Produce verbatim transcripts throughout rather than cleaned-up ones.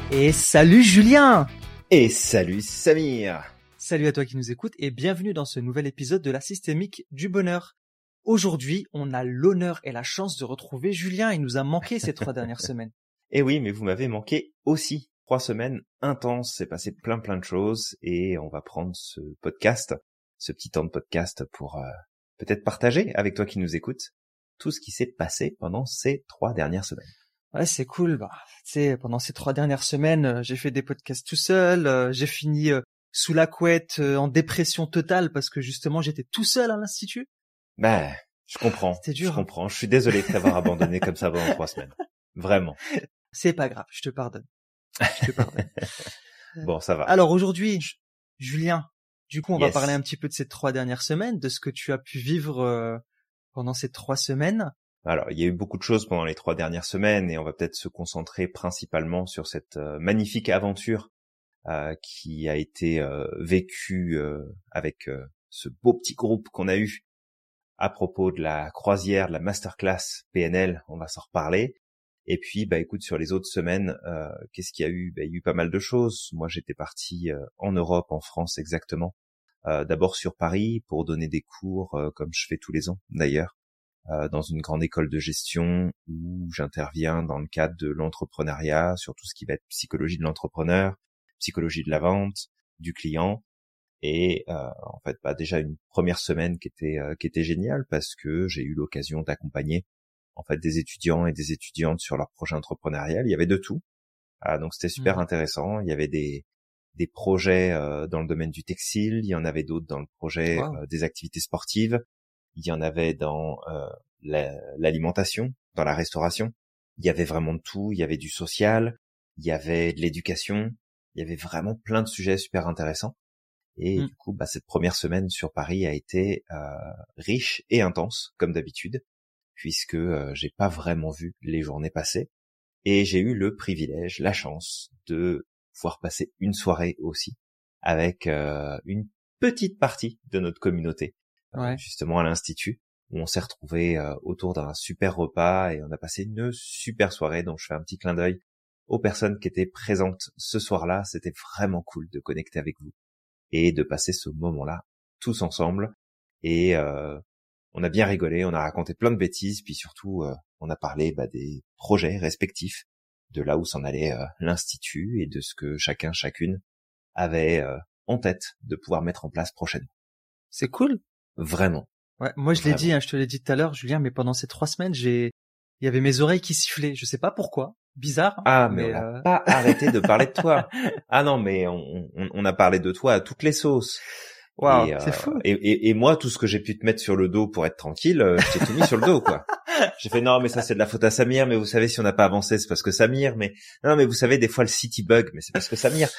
Et salut Julien! Et salut Samir! Salut à toi qui nous écoutes et bienvenue dans ce nouvel épisode de la Systémique du Bonheur. Aujourd'hui, on a l'honneur et la chance de retrouver Julien. Il nous a manqué ces trois dernières semaines. Et oui, mais vous m'avez manqué aussi. Trois semaines intenses, c'est passé plein plein de choses et on va prendre ce podcast, ce petit temps de podcast pour euh, peut-être partager avec toi qui nous écoutes tout ce qui s'est passé pendant ces trois dernières semaines. Ouais, c'est cool. Bah, tu sais, pendant ces trois dernières semaines, euh, j'ai fait des podcasts tout seul. Euh, j'ai fini euh, sous la couette, euh, en dépression totale parce que justement, j'étais tout seul à l'institut. Ben, je comprends. C'était dur. Je comprends. Je suis désolé de t'avoir abandonné comme ça pendant trois semaines. Vraiment. C'est pas grave, je te pardonne. Je te pardonne. Bon, ça va. Alors aujourd'hui, Julien, du coup, on Yes. va parler un petit peu de ces trois dernières semaines, de ce que tu as pu vivre euh, pendant ces trois semaines. Alors, il y a eu beaucoup de choses pendant les trois dernières semaines et on va peut-être se concentrer principalement sur cette euh, magnifique aventure euh, qui a été euh, vécue euh, avec euh, ce beau petit groupe qu'on a eu à propos de la croisière, de la masterclass P N L. On va s'en reparler. Et puis, bah écoute, sur les autres semaines, euh, qu'est-ce qu'il y a eu? Bah, il y a eu pas mal de choses. Moi, j'étais parti euh, en Europe, en France exactement. Euh, d'abord sur Paris pour donner des cours, euh, comme je fais tous les ans d'ailleurs. Euh, dans une grande école de gestion où j'interviens dans le cadre de l'entrepreneuriat sur tout ce qui va être psychologie de l'entrepreneur, psychologie de la vente, du client et euh, en fait bah, déjà une première semaine qui était euh, qui était géniale parce que j'ai eu l'occasion d'accompagner en fait des étudiants et des étudiantes sur leur projet entrepreneurial. Il y avait de tout, ah, donc c'était super Mmh. intéressant. Il y avait des des projets euh, dans le domaine du textile, il y en avait d'autres dans le projet Wow. euh, des activités sportives. Il y en avait dans euh, la, l'alimentation, dans la restauration. Il y avait vraiment de tout. Il y avait du social, il y avait de l'éducation. Il y avait vraiment plein de sujets super intéressants. Et Mm. du coup, bah, cette première semaine sur Paris a été euh, riche et intense, comme d'habitude, puisque euh, j'ai pas vraiment vu les journées passer. Et j'ai eu le privilège, la chance de pouvoir passer une soirée aussi avec euh, une petite partie de notre communauté. Ouais. Euh, justement à l'Institut, où on s'est retrouvés euh, autour d'un super repas et on a passé une super soirée. Donc je fais un petit clin d'œil aux personnes qui étaient présentes ce soir-là. C'était vraiment cool de connecter avec vous et de passer ce moment-là tous ensemble. Et euh, on a bien rigolé, on a raconté plein de bêtises, puis surtout euh, on a parlé bah, des projets respectifs, de là où s'en allait euh, l'Institut et de ce que chacun, chacune avait euh, en tête de pouvoir mettre en place prochainement. C'est cool. Vraiment. Ouais, moi je l'ai Vraiment. dit, hein, je te l'ai dit tout à l'heure, Julien, mais pendant ces trois semaines, j'ai, il y avait mes oreilles qui sifflaient. Je sais pas pourquoi, bizarre. Hein, Ah, mais, mais on n'a euh... pas arrêté de parler de toi. Ah non, mais on, on, on a parlé de toi à toutes les sauces. Waouh, Et, euh, c'est fou. et, et, et moi, tout ce que j'ai pu te mettre sur le dos pour être tranquille, euh, je t'ai tout mis sur le dos, quoi. J'ai fait non, mais ça c'est de la faute à Samir. Mais vous savez, si on n'a pas avancé, c'est parce que Samir. Mais non, mais vous savez, des fois le city bug, mais c'est parce que Samir.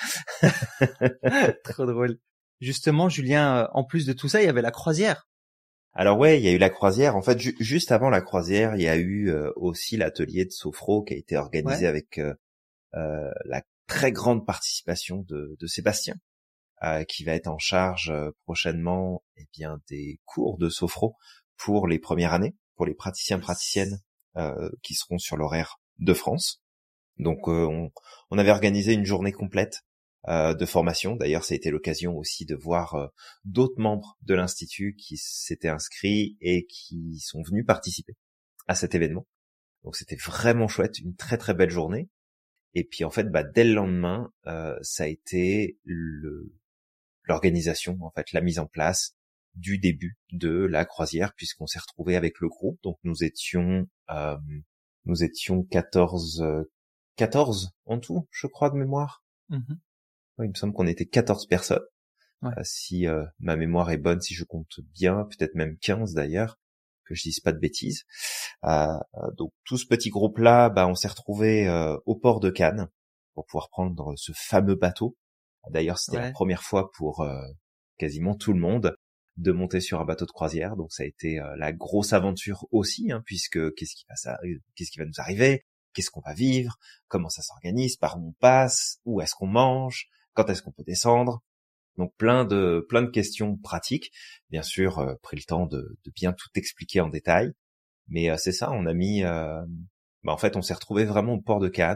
Trop drôle. Justement, Julien, euh, en plus de tout ça, il y avait la croisière. Alors ouais, il y a eu la croisière. En fait, ju- juste avant la croisière, il y a eu euh, aussi l'atelier de Sofro qui a été organisé Ouais. avec euh, euh, la très grande participation de, de Sébastien, euh, qui va être en charge euh, prochainement, eh bien, des cours de Sofro pour les premières années, pour les praticiens praticiennes euh, qui seront sur l'horaire de France. Donc, euh, on, on avait organisé une journée complète euh, de formation. D'ailleurs, ça a été l'occasion aussi de voir euh, d'autres membres de l'Institut qui s'étaient inscrits et qui sont venus participer à cet événement. Donc, c'était vraiment chouette, une très très belle journée. Et puis, en fait, bah, dès le lendemain, euh, ça a été le, l'organisation, en fait, la mise en place du début de la croisière, puisqu'on s'est retrouvé avec le groupe. Donc, nous étions, euh, nous étions quatorze, euh, quatorze en tout, je crois, de mémoire. Mhm. Ouais, il me semble qu'on était quatorze personnes. Ouais. Euh, si euh, ma mémoire est bonne, si je compte bien, peut-être même quinze d'ailleurs, que je dise pas de bêtises. Euh, donc tout ce petit groupe-là, bah, on s'est retrouvé euh, au port de Cannes pour pouvoir prendre ce fameux bateau. D'ailleurs, c'était Ouais. la première fois pour euh, quasiment tout le monde de monter sur un bateau de croisière. Donc ça a été euh, la grosse aventure aussi, hein, puisque qu'est-ce qui va, ça, qu'est-ce qui va nous arriver, qu'est-ce qu'on va vivre, comment ça s'organise, par où on passe, où est-ce qu'on mange, quand est-ce qu'on peut descendre. Donc plein de plein de questions pratiques. Bien sûr, euh, pris le temps de, de bien tout expliquer en détail. Mais euh, c'est ça, on a mis... Euh, bah, en fait, on s'est retrouvé vraiment au port de Cannes.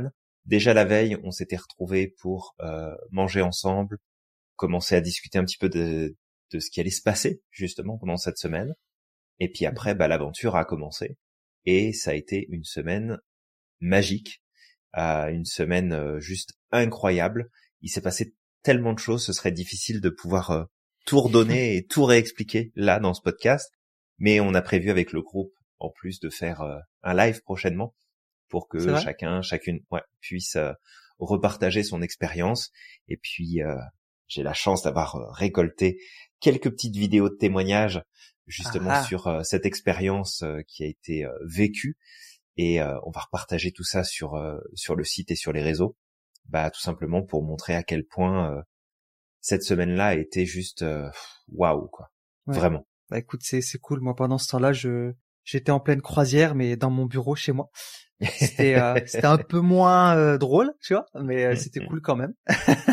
déjà la veille, on s'était retrouvés pour euh, manger ensemble, commencer à discuter un petit peu de, de ce qui allait se passer justement pendant cette semaine. Et puis après, bah, l'aventure a commencé et ça a été une semaine magique, euh, une semaine euh, juste incroyable. Il s'est passé tellement de choses, ce serait difficile de pouvoir euh, tout redonner et tout réexpliquer là dans ce podcast. Mais on a prévu avec le groupe en plus de faire euh, un live prochainement pour C'est que vrai? chacun, chacune, ouais, puisse euh, repartager son expérience. Et puis euh, j'ai la chance d'avoir euh, récolté quelques petites vidéos de témoignages Ah justement ah. sur euh, cette expérience euh, qui a été euh, vécue. Et euh, on va repartager tout ça sur euh, sur le site et sur les réseaux, bah tout simplement pour montrer à quel point euh, cette semaine-là a été juste waouh wow, quoi, Ouais. vraiment. Bah écoute, c'est c'est cool. Moi, pendant ce temps-là, je j'étais en pleine croisière, mais dans mon bureau chez moi. C'était euh, c'était un peu moins euh, drôle, tu vois, mais euh, c'était cool quand même.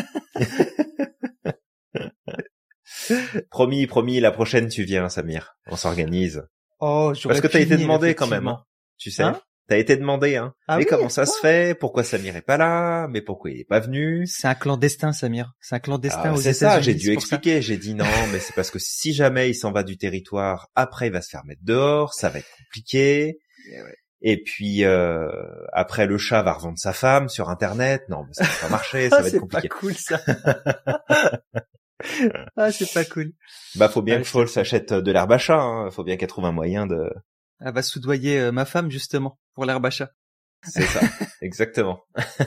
promis, promis, la prochaine tu viens, Samir. On s'organise. Oh, j'aurais Parce que pu t'as été venir, demandé quand même, effectivement. hein, tu sais. Hein? T'as été demandé, hein. Ah mais oui, comment ça ouais. se fait? Pourquoi Samir est pas là? Mais pourquoi il est pas venu? C'est un clandestin, Samir. C'est un clandestin Ah, aux c'est États-Unis. ça, j'ai dû c'est pour ça. expliquer. J'ai dit non, mais c'est parce que si jamais il s'en va du territoire, après il va se faire mettre dehors, ça va être compliqué. Yeah, ouais. Et puis euh, après le chat va revendre sa femme sur internet. Non, mais ça va pas marcher, ça Ah, va être c'est compliqué. pas cool ça. Ah, c'est pas cool. Bah faut bien Ah, que je Paul te- s'achète de l'herbe à chat. Hein. Faut bien qu'elle trouve un moyen de. Elle va soudoyer euh, ma femme justement pour l'herbe à chat. C'est ça, exactement.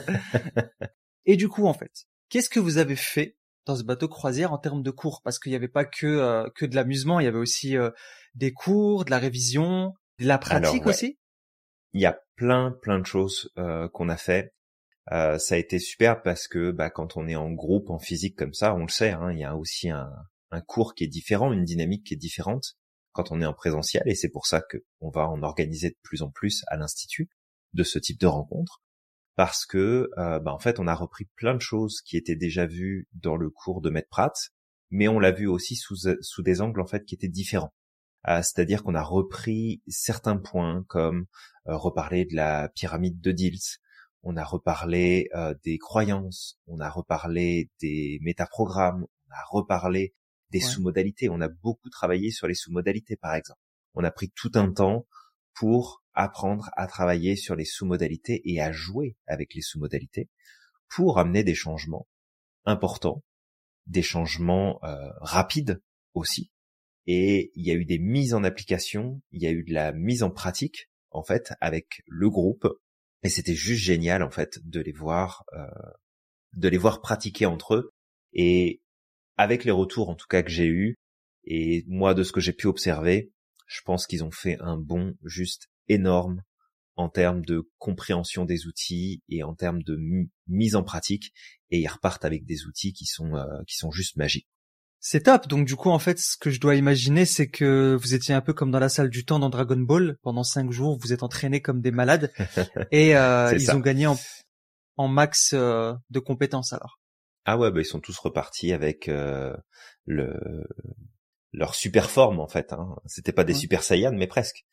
Et du coup, en fait, qu'est-ce que vous avez fait dans ce bateau croisière en termes de cours? Parce qu'il n'y avait pas que euh, que de l'amusement, il y avait aussi euh, des cours, de la révision, de la Alors pratique ouais, aussi. il y a plein plein de choses euh, qu'on a fait. Euh, ça a été super parce que bah, quand on est en groupe, en physique comme ça, on le sait, hein, il y a aussi un, un cours qui est différent, une dynamique qui est différente quand on est en présentiel, et c'est pour ça que on va en organiser de plus en plus à l'Institut de ce type de rencontres, parce que euh, bah, en fait on a repris plein de choses qui étaient déjà vues dans le cours de Maître Pratt, mais on l'a vu aussi sous, sous des angles en fait qui étaient différents. Euh, c'est-à-dire qu'on a repris certains points comme euh, reparler de la pyramide de Diels. On a reparlé euh, des croyances, on a reparlé des métaprogrammes, on a reparlé des Ouais. sous-modalités. On a beaucoup travaillé sur les sous-modalités, par exemple. On a pris tout un temps pour apprendre à travailler sur les sous-modalités et à jouer avec les sous-modalités pour amener des changements importants, des changements euh, rapides aussi. Et il y a eu des mises en application, il y a eu de la mise en pratique, en fait, avec le groupe. Et c'était juste génial en fait de les voir, euh, de les voir pratiquer entre eux. Et avec les retours en tout cas que j'ai eus, et moi de ce que j'ai pu observer, je pense qu'ils ont fait un bond juste énorme en termes de compréhension des outils et en termes de m- mise en pratique. Et ils repartent avec des outils qui sont euh, qui sont juste magiques. C'est top. Donc du coup, en fait, ce que je dois imaginer, c'est que vous étiez un peu comme dans la salle du temps dans Dragon Ball. Pendant cinq jours, vous êtes entraînés comme des malades et euh, C'est ils ça. ont gagné en, en max euh, de compétences alors. Ah ouais, bah ils sont tous repartis avec euh, le leur super forme en fait. Hein. C'était pas des Ouais. super saiyans, mais presque.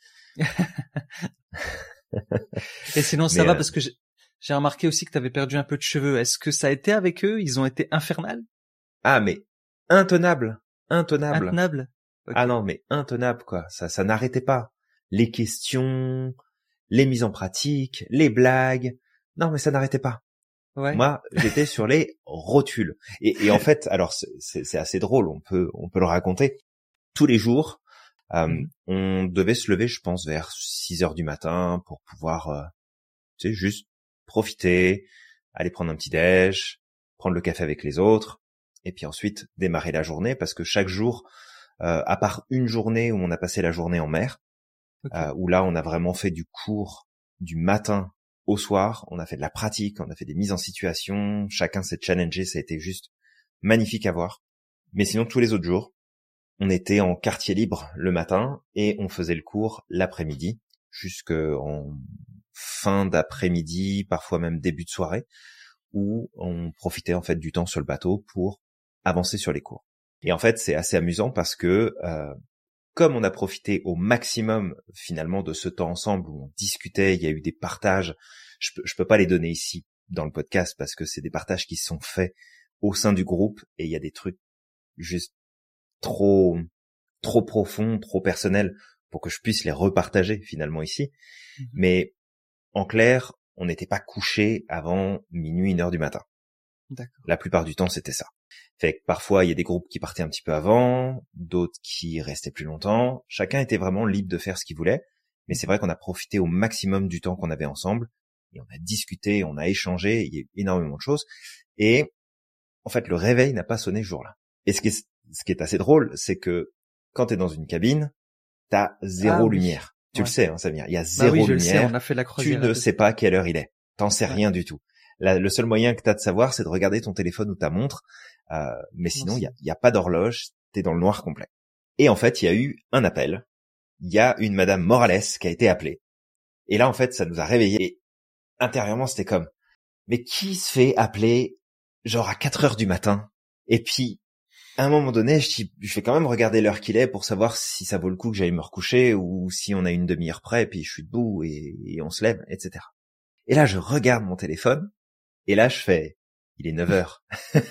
Et sinon, ça Mais va euh, parce que j'ai j'ai remarqué aussi que tu avais perdu un peu de cheveux. Est-ce que ça a été avec eux? Ils ont été infernales? ah mais intenable, intenable. Intenables? Ah Ok. non, mais intenable quoi. Ça, ça n'arrêtait pas. Les questions, les mises en pratique, les blagues. Non, mais ça n'arrêtait pas. Ouais. Moi, j'étais sur les rotules. Et, et en fait, alors c'est, c'est, c'est assez drôle. On peut, on peut le raconter. Tous les jours, euh, Mhm. on devait se lever, je pense, vers six heures du matin pour pouvoir, euh, tu sais, juste profiter, aller prendre un petit déj, prendre le café avec les autres, et puis ensuite démarrer la journée parce que chaque jour, euh, à part une journée où on a passé la journée en mer, Ok. euh, où là on a vraiment fait du cours du matin au soir, on a fait de la pratique, on a fait des mises en situation, chacun s'est challengé, ça a été juste magnifique à voir. Mais sinon tous les autres jours, on était en quartier libre le matin et on faisait le cours l'après-midi, jusqu'en fin d'après-midi, parfois même début de soirée, où on profitait en fait du temps sur le bateau pour avancer sur les cours. Et en fait, c'est assez amusant parce que euh, comme on a profité au maximum finalement de ce temps ensemble où on discutait, il y a eu des partages, je peux, je peux pas les donner ici dans le podcast parce que c'est des partages qui sont faits au sein du groupe et il y a des trucs juste trop trop profonds, trop personnels pour que je puisse les repartager finalement ici. Mmh. Mais en clair, on n'était pas couché avant minuit, une heure du matin. D'accord. La plupart du temps, c'était ça. Fait que parfois, il y a des groupes qui partaient un petit peu avant, d'autres qui restaient plus longtemps. Chacun était vraiment libre de faire ce qu'il voulait. Mais c'est vrai qu'on a profité au maximum du temps qu'on avait ensemble. Et on a discuté, on a échangé, il y a eu énormément de choses. Et en fait, le réveil n'a pas sonné ce jour-là. Et ce qui est, ce qui est assez drôle, c'est que quand t'es dans une cabine, t'as zéro ah, oui. lumière. Tu ouais. le sais, hein, Samir. Il y a zéro bah oui, je lumière. Le sais, on a fait la croisière. Tu ne sais pas quelle heure il est. T'en sais ouais. rien du tout. La, le seul moyen que t'as de savoir, c'est de regarder ton téléphone ou ta montre. Euh, mais sinon, il y a, y a pas d'horloge. T'es dans le noir complet. Et en fait, il y a eu un appel. Il y a une Madame Morales qui a été appelée. Et là, en fait, ça nous a réveillés. Et intérieurement, c'était comme, mais qui se fait appeler genre à quatre heures du matin? Et puis, à un moment donné, je, je vais quand même regarder l'heure qu'il est pour savoir si ça vaut le coup que j'aille me recoucher ou si on a une demi-heure près et puis je suis debout et, et on se lève, et cetera. Et là, je regarde mon téléphone et là, je fais, il est neuf heures.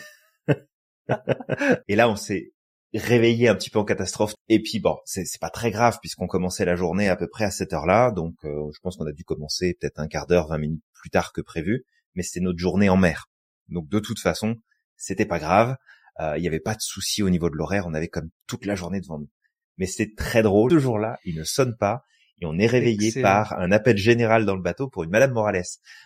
Et là, on s'est réveillé un petit peu en catastrophe. Et puis bon, c'est, c'est pas très grave puisqu'on commençait la journée à peu près à cette heure-là. Donc, euh, je pense qu'on a dû commencer peut-être un quart d'heure, vingt minutes plus tard que prévu. Mais c'était notre journée en mer. Donc, de toute façon, c'était pas grave. Il euh, y avait pas de souci au niveau de l'horaire. On avait comme toute la journée devant nous. Mais c'était très drôle. Ce jour-là, il ne sonne pas. Et on est réveillé Excellent. Par un appel général dans le bateau pour une Madame Morales.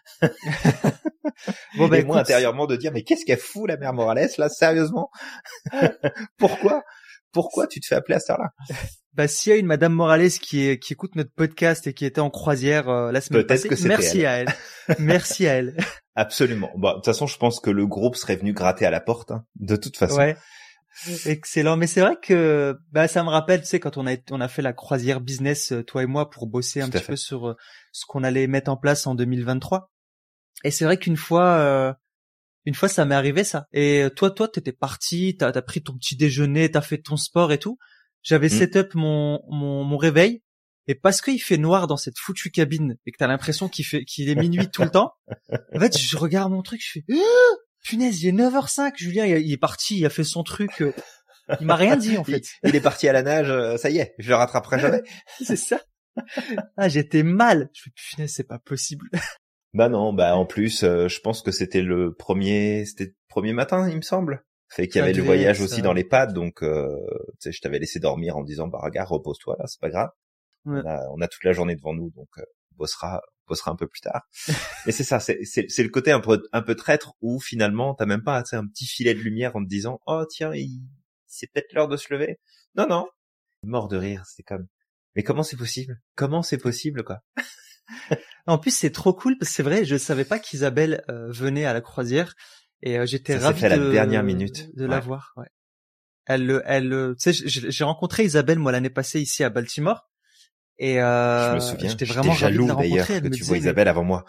Bon, bah, et écoute, moi, intérieurement, de dire, mais qu'est-ce qu'elle fout, la mère Morales, là, sérieusement? Pourquoi? Pourquoi tu te fais appeler à cette heure-là? Bah, s'il y a une Madame Morales qui, est, qui écoute notre podcast et qui était en croisière euh, la semaine Peut-être passée, que merci elle. à elle. Merci à elle. Absolument. Bon, de toute façon, je pense que le groupe serait venu gratter à la porte, hein, de toute façon. Ouais. Excellent. Mais c'est vrai que, bah, ça me rappelle, tu sais, quand on a, on a fait la croisière business, toi et moi, pour bosser un Tout à petit fait. peu sur euh, ce qu'on allait mettre en place en deux mille vingt-trois. Et c'est vrai qu'une fois, euh, une fois, ça m'est arrivé ça. Et toi, toi, t'étais parti, t'as, t'as pris ton petit déjeuner, t'as fait ton sport et tout. J'avais mmh. set up mon, mon, mon réveil. Et parce qu'il fait noir dans cette foutue cabine et que t'as l'impression qu'il fait, qu'il est minuit tout le temps, en fait, je regarde mon truc, je fais, oh, punaise, il est neuf heures cinq. Julien, il est parti, il a fait son truc. Euh, il m'a rien dit, en fait. Il, il est parti à la nage, ça y est, je le rattraperai jamais. C'est ça. Ah, j'étais mal. Je fais, punaise, c'est pas possible. Bah non, bah en plus, euh, je pense que c'était le premier, c'était le premier matin, il me semble. Fait qu'il y avait le voyage aussi dans les pads, donc euh, tu sais, je t'avais laissé dormir en disant bah regarde, repose-toi là, c'est pas grave. Ouais. On a, on a toute la journée devant nous, donc euh, on bossera, on bossera un peu plus tard. Et c'est ça, c'est, c'est, c'est le côté un peu, un peu traître où finalement t'as même pas, tu sais, un petit filet de lumière en te disant oh tiens, il, c'est peut-être l'heure de se lever. Non non, mort de rire, c'est comme mais comment c'est possible? Comment c'est possible quoi? En plus, c'est trop cool parce que c'est vrai, je savais pas qu'Isabelle euh, venait à la croisière et euh, j'étais ça ravi s'est fait de, la dernière minute. de ouais. la voir. Ouais. Elle, elle, tu sais, j'ai rencontré Isabelle moi l'année passée ici à Baltimore et euh, je me souviens. J'étais vraiment j'étais jaloux ravi de la d'ailleurs elle que me tu disait, vois Isabelle mais... avant moi.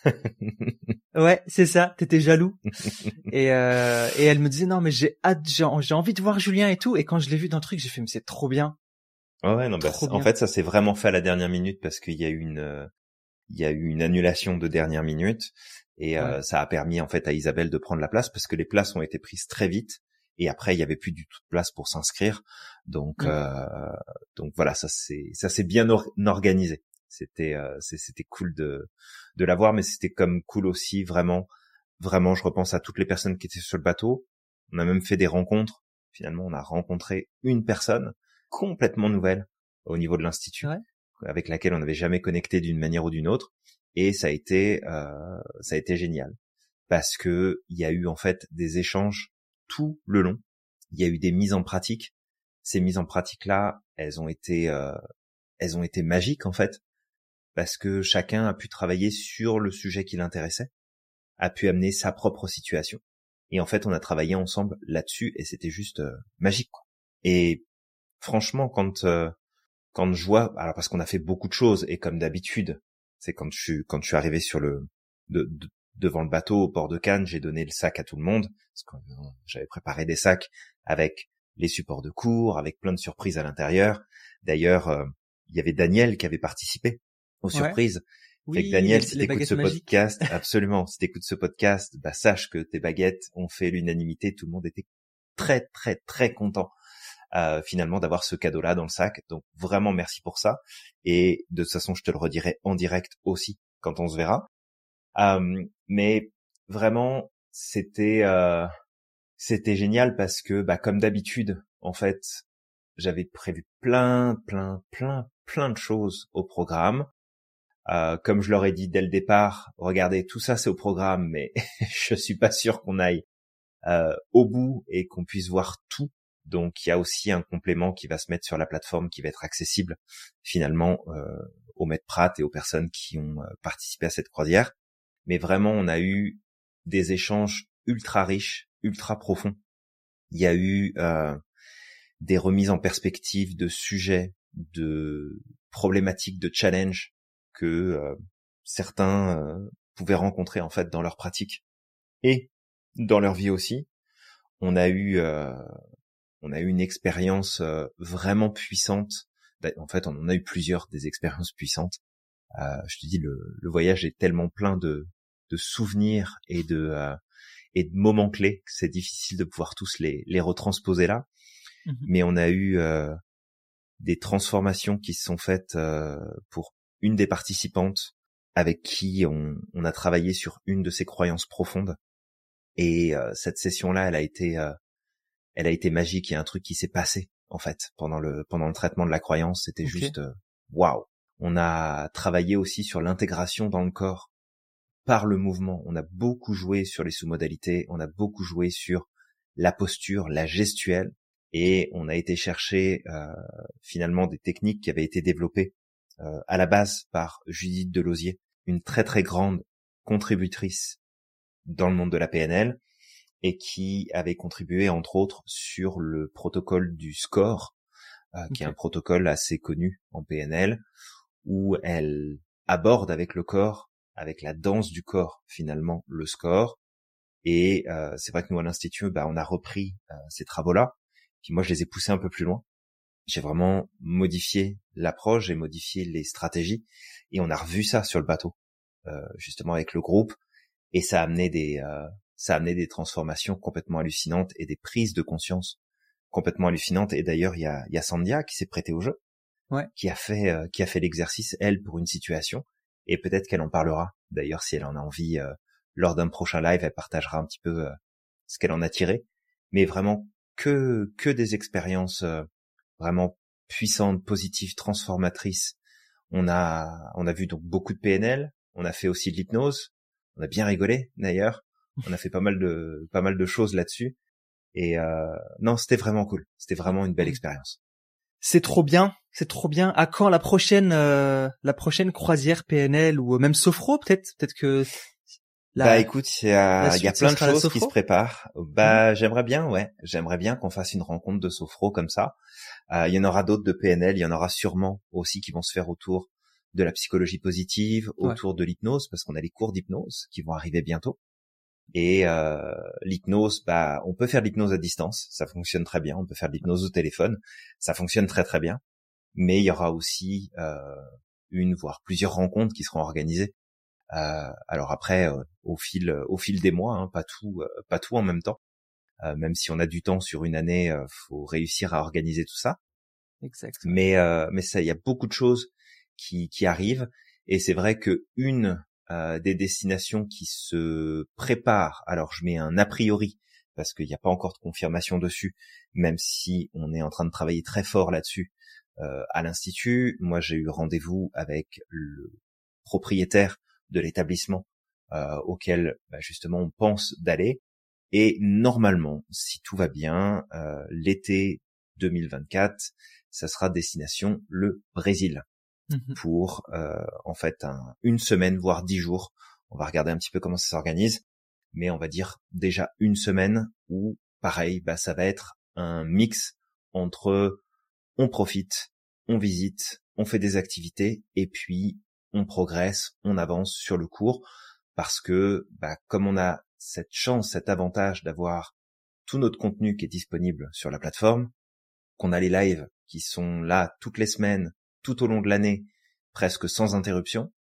Ouais, c'est ça. T'étais jaloux. et euh, et elle me disait non mais j'ai hâte, j'ai, j'ai envie de voir Julien et tout. Et quand je l'ai vu dans le truc, j'ai fait mais c'est trop bien. Ouais, ouais non, bah, en fait ça s'est vraiment fait à la dernière minute parce qu'il y a eu une euh, il y a eu une annulation de dernière minute et euh, ouais. ça a permis en fait à Isabelle de prendre la place parce que les places ont été prises très vite et après il y avait plus du tout de place pour s'inscrire. Donc ouais. euh, donc voilà, ça c'est ça s'est bien or- organisé. C'était euh, c'est, c'était cool de de l'avoir, mais c'était comme cool aussi vraiment vraiment je repense à toutes les personnes qui étaient sur le bateau. On a même fait des rencontres. Finalement, on a rencontré une personne complètement nouvelle au niveau de l'institut, ouais. avec laquelle on n'avait jamais connecté d'une manière ou d'une autre, et ça a été euh, ça a été génial parce que il y a eu en fait des échanges tout le long. Il y a eu des mises en pratique. Ces mises en pratique là, elles ont été euh, elles ont été magiques en fait parce que chacun a pu travailler sur le sujet qui l'intéressait, a pu amener sa propre situation, et en fait on a travaillé ensemble là-dessus et c'était juste euh, magique quoi. Et franchement quand euh, quand je vois, alors parce qu'on a fait beaucoup de choses et comme d'habitude, c'est quand je suis quand je suis arrivé sur le de, de, devant le bateau au port de Cannes, j'ai donné le sac à tout le monde parce que euh, j'avais préparé des sacs avec les supports de cours, avec plein de surprises à l'intérieur. D'ailleurs, euh, il y avait Daniel qui avait participé aux surprises. Oui, Fait que Daniel, les, si les t'écoutes baguettes ce magiques. podcast, absolument, si t'écoutes ce podcast, bah sache que tes baguettes ont fait l'unanimité. Tout le monde était très très très content euh, finalement d'avoir ce cadeau-là dans le sac. Donc vraiment merci pour ça. Et de toute façon, je te le redirai en direct aussi quand on se verra. Euh, mais vraiment, c'était euh, c'était génial parce que bah comme d'habitude, en fait, j'avais prévu plein plein plein plein de choses au programme. Euh, comme je leur ai dit dès le départ, regardez, tout ça c'est au programme, mais je suis pas sûr qu'on aille euh, au bout et qu'on puisse voir tout. Donc il y a aussi un complément qui va se mettre sur la plateforme qui va être accessible finalement euh, aux maîtres Pratt et aux personnes qui ont euh, participé à cette croisière. Mais vraiment, on a eu des échanges ultra riches, ultra profonds. Il y a eu euh, des remises en perspective de sujets, de problématiques, de challenges que euh, certains euh, pouvaient rencontrer en fait dans leur pratique et dans leur vie aussi. On a eu euh, on a eu une expérience euh, vraiment puissante. En fait, on en a eu plusieurs des expériences puissantes. Euh, je te dis, le, le voyage est tellement plein de, de souvenirs et de euh, et de moments clés que c'est difficile de pouvoir tous les les retransposer là. Mmh. Mais on a eu euh, des transformations qui se sont faites euh, pour une des participantes avec qui on, on a travaillé sur une de ses croyances profondes. Et euh, cette session-là, elle a été, euh, elle a été magique. Il y a un truc qui s'est passé en fait pendant le pendant le traitement de la croyance. C'était okay. Juste waouh. Wow. On a travaillé aussi sur l'intégration dans le corps par le mouvement. On a beaucoup joué sur les sous-modalités. On a beaucoup joué sur la posture, la gestuelle, et on a été chercher euh, finalement des techniques qui avaient été développées euh, à la base par Judith Delosier, une très très grande contributrice dans le monde de la P N L et qui avait contribué entre autres sur le protocole du score, euh, okay. qui est un protocole assez connu en P N L où elle aborde avec le corps, avec la danse du corps finalement le score. Et euh, c'est vrai que nous à l'Institut, bah, on a repris euh, ces travaux-là, puis moi je les ai poussés un peu plus loin. J'ai vraiment modifié l'approche, j'ai modifié les stratégies, et on a revu ça sur le bateau, euh, justement avec le groupe, et ça a amené des, euh, ça a amené des transformations complètement hallucinantes et des prises de conscience complètement hallucinantes. Et d'ailleurs, il y a, il y a Sandia qui s'est prêtée au jeu, ouais. qui a fait, euh, qui a fait l'exercice elle pour une situation, et peut-être qu'elle en parlera. D'ailleurs, si elle en a envie, euh, lors d'un prochain live, elle partagera un petit peu euh, ce qu'elle en a tiré. Mais vraiment que que des expériences euh, vraiment puissantes, positives, transformatrices. On a on a vu donc beaucoup de P N L, on a fait aussi de l'hypnose, on a bien rigolé d'ailleurs, on a fait pas mal de pas mal de choses là-dessus. Et euh, non, c'était vraiment cool, c'était vraiment une belle expérience. C'est trop bien, c'est trop bien. À quand la prochaine euh, la prochaine croisière P N L ou même Sophro peut-être peut-être que La, bah écoute, il y a, y a plein de choses qui se préparent. Bah mmh. j'aimerais bien, ouais, j'aimerais bien qu'on fasse une rencontre de sophro comme ça. Euh, il y en aura d'autres de P N L, il y en aura sûrement aussi qui vont se faire autour de la psychologie positive, autour ouais. de l'hypnose, parce qu'on a les cours d'hypnose qui vont arriver bientôt. Et euh, l'hypnose, bah on peut faire de l'hypnose à distance, ça fonctionne très bien. On peut faire de l'hypnose au téléphone, ça fonctionne très très bien. Mais il y aura aussi euh, une voire plusieurs rencontres qui seront organisées. Euh, alors après, euh, au fil, euh, au fil des mois, hein, pas tout, euh, pas tout en même temps. Euh, même si on a du temps sur une année, euh, faut réussir à organiser tout ça. Exactement. Mais, euh, mais ça, il y a beaucoup de choses qui, qui arrivent, et c'est vrai que une euh, des destinations qui se prépare. Alors je mets un a priori parce qu'il n'y a pas encore de confirmation dessus, même si on est en train de travailler très fort là-dessus euh, à l'Institut. Moi, j'ai eu rendez-vous avec le propriétaire de l'établissement euh, auquel bah, justement on pense d'aller, et normalement, si tout va bien, euh, l'été deux mille vingt-quatre, ça sera destination le Brésil mmh. pour euh, en fait un, une semaine voire dix jours. On va regarder un petit peu comment ça s'organise, mais on va dire déjà une semaine où pareil, bah ça va être un mix entre on profite, on visite, on fait des activités, et puis on progresse, on avance sur le cours, parce que bah, comme on a cette chance, cet avantage d'avoir tout notre contenu qui est disponible sur la plateforme, qu'on a les lives qui sont là toutes les semaines, tout au long de l'année, presque sans interruption,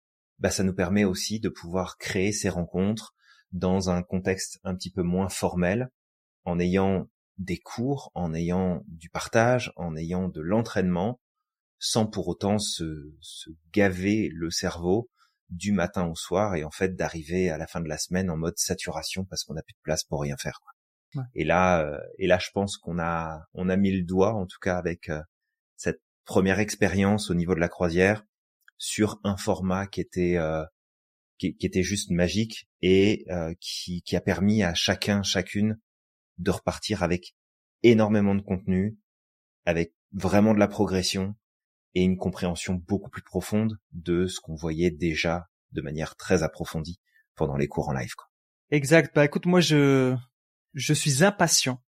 bah ça nous permet aussi de pouvoir créer ces rencontres dans un contexte un petit peu moins formel, en ayant des cours, en ayant du partage, en ayant de l'entraînement, sans pour autant se, se gaver le cerveau du matin au soir et en fait d'arriver à la fin de la semaine en mode saturation parce qu'on n'a plus de place pour rien faire, quoi. Ouais. Et là, euh, et là, je pense qu'on a, on a mis le doigt, en tout cas avec euh, cette première expérience au niveau de la croisière, sur un format qui était, euh, qui, qui était juste magique et euh, qui, qui a permis à chacun, chacune de repartir avec énormément de contenu, avec vraiment de la progression et une compréhension beaucoup plus profonde de ce qu'on voyait déjà de manière très approfondie pendant les cours en live, quoi. Exact. Bah écoute, moi je je suis impatient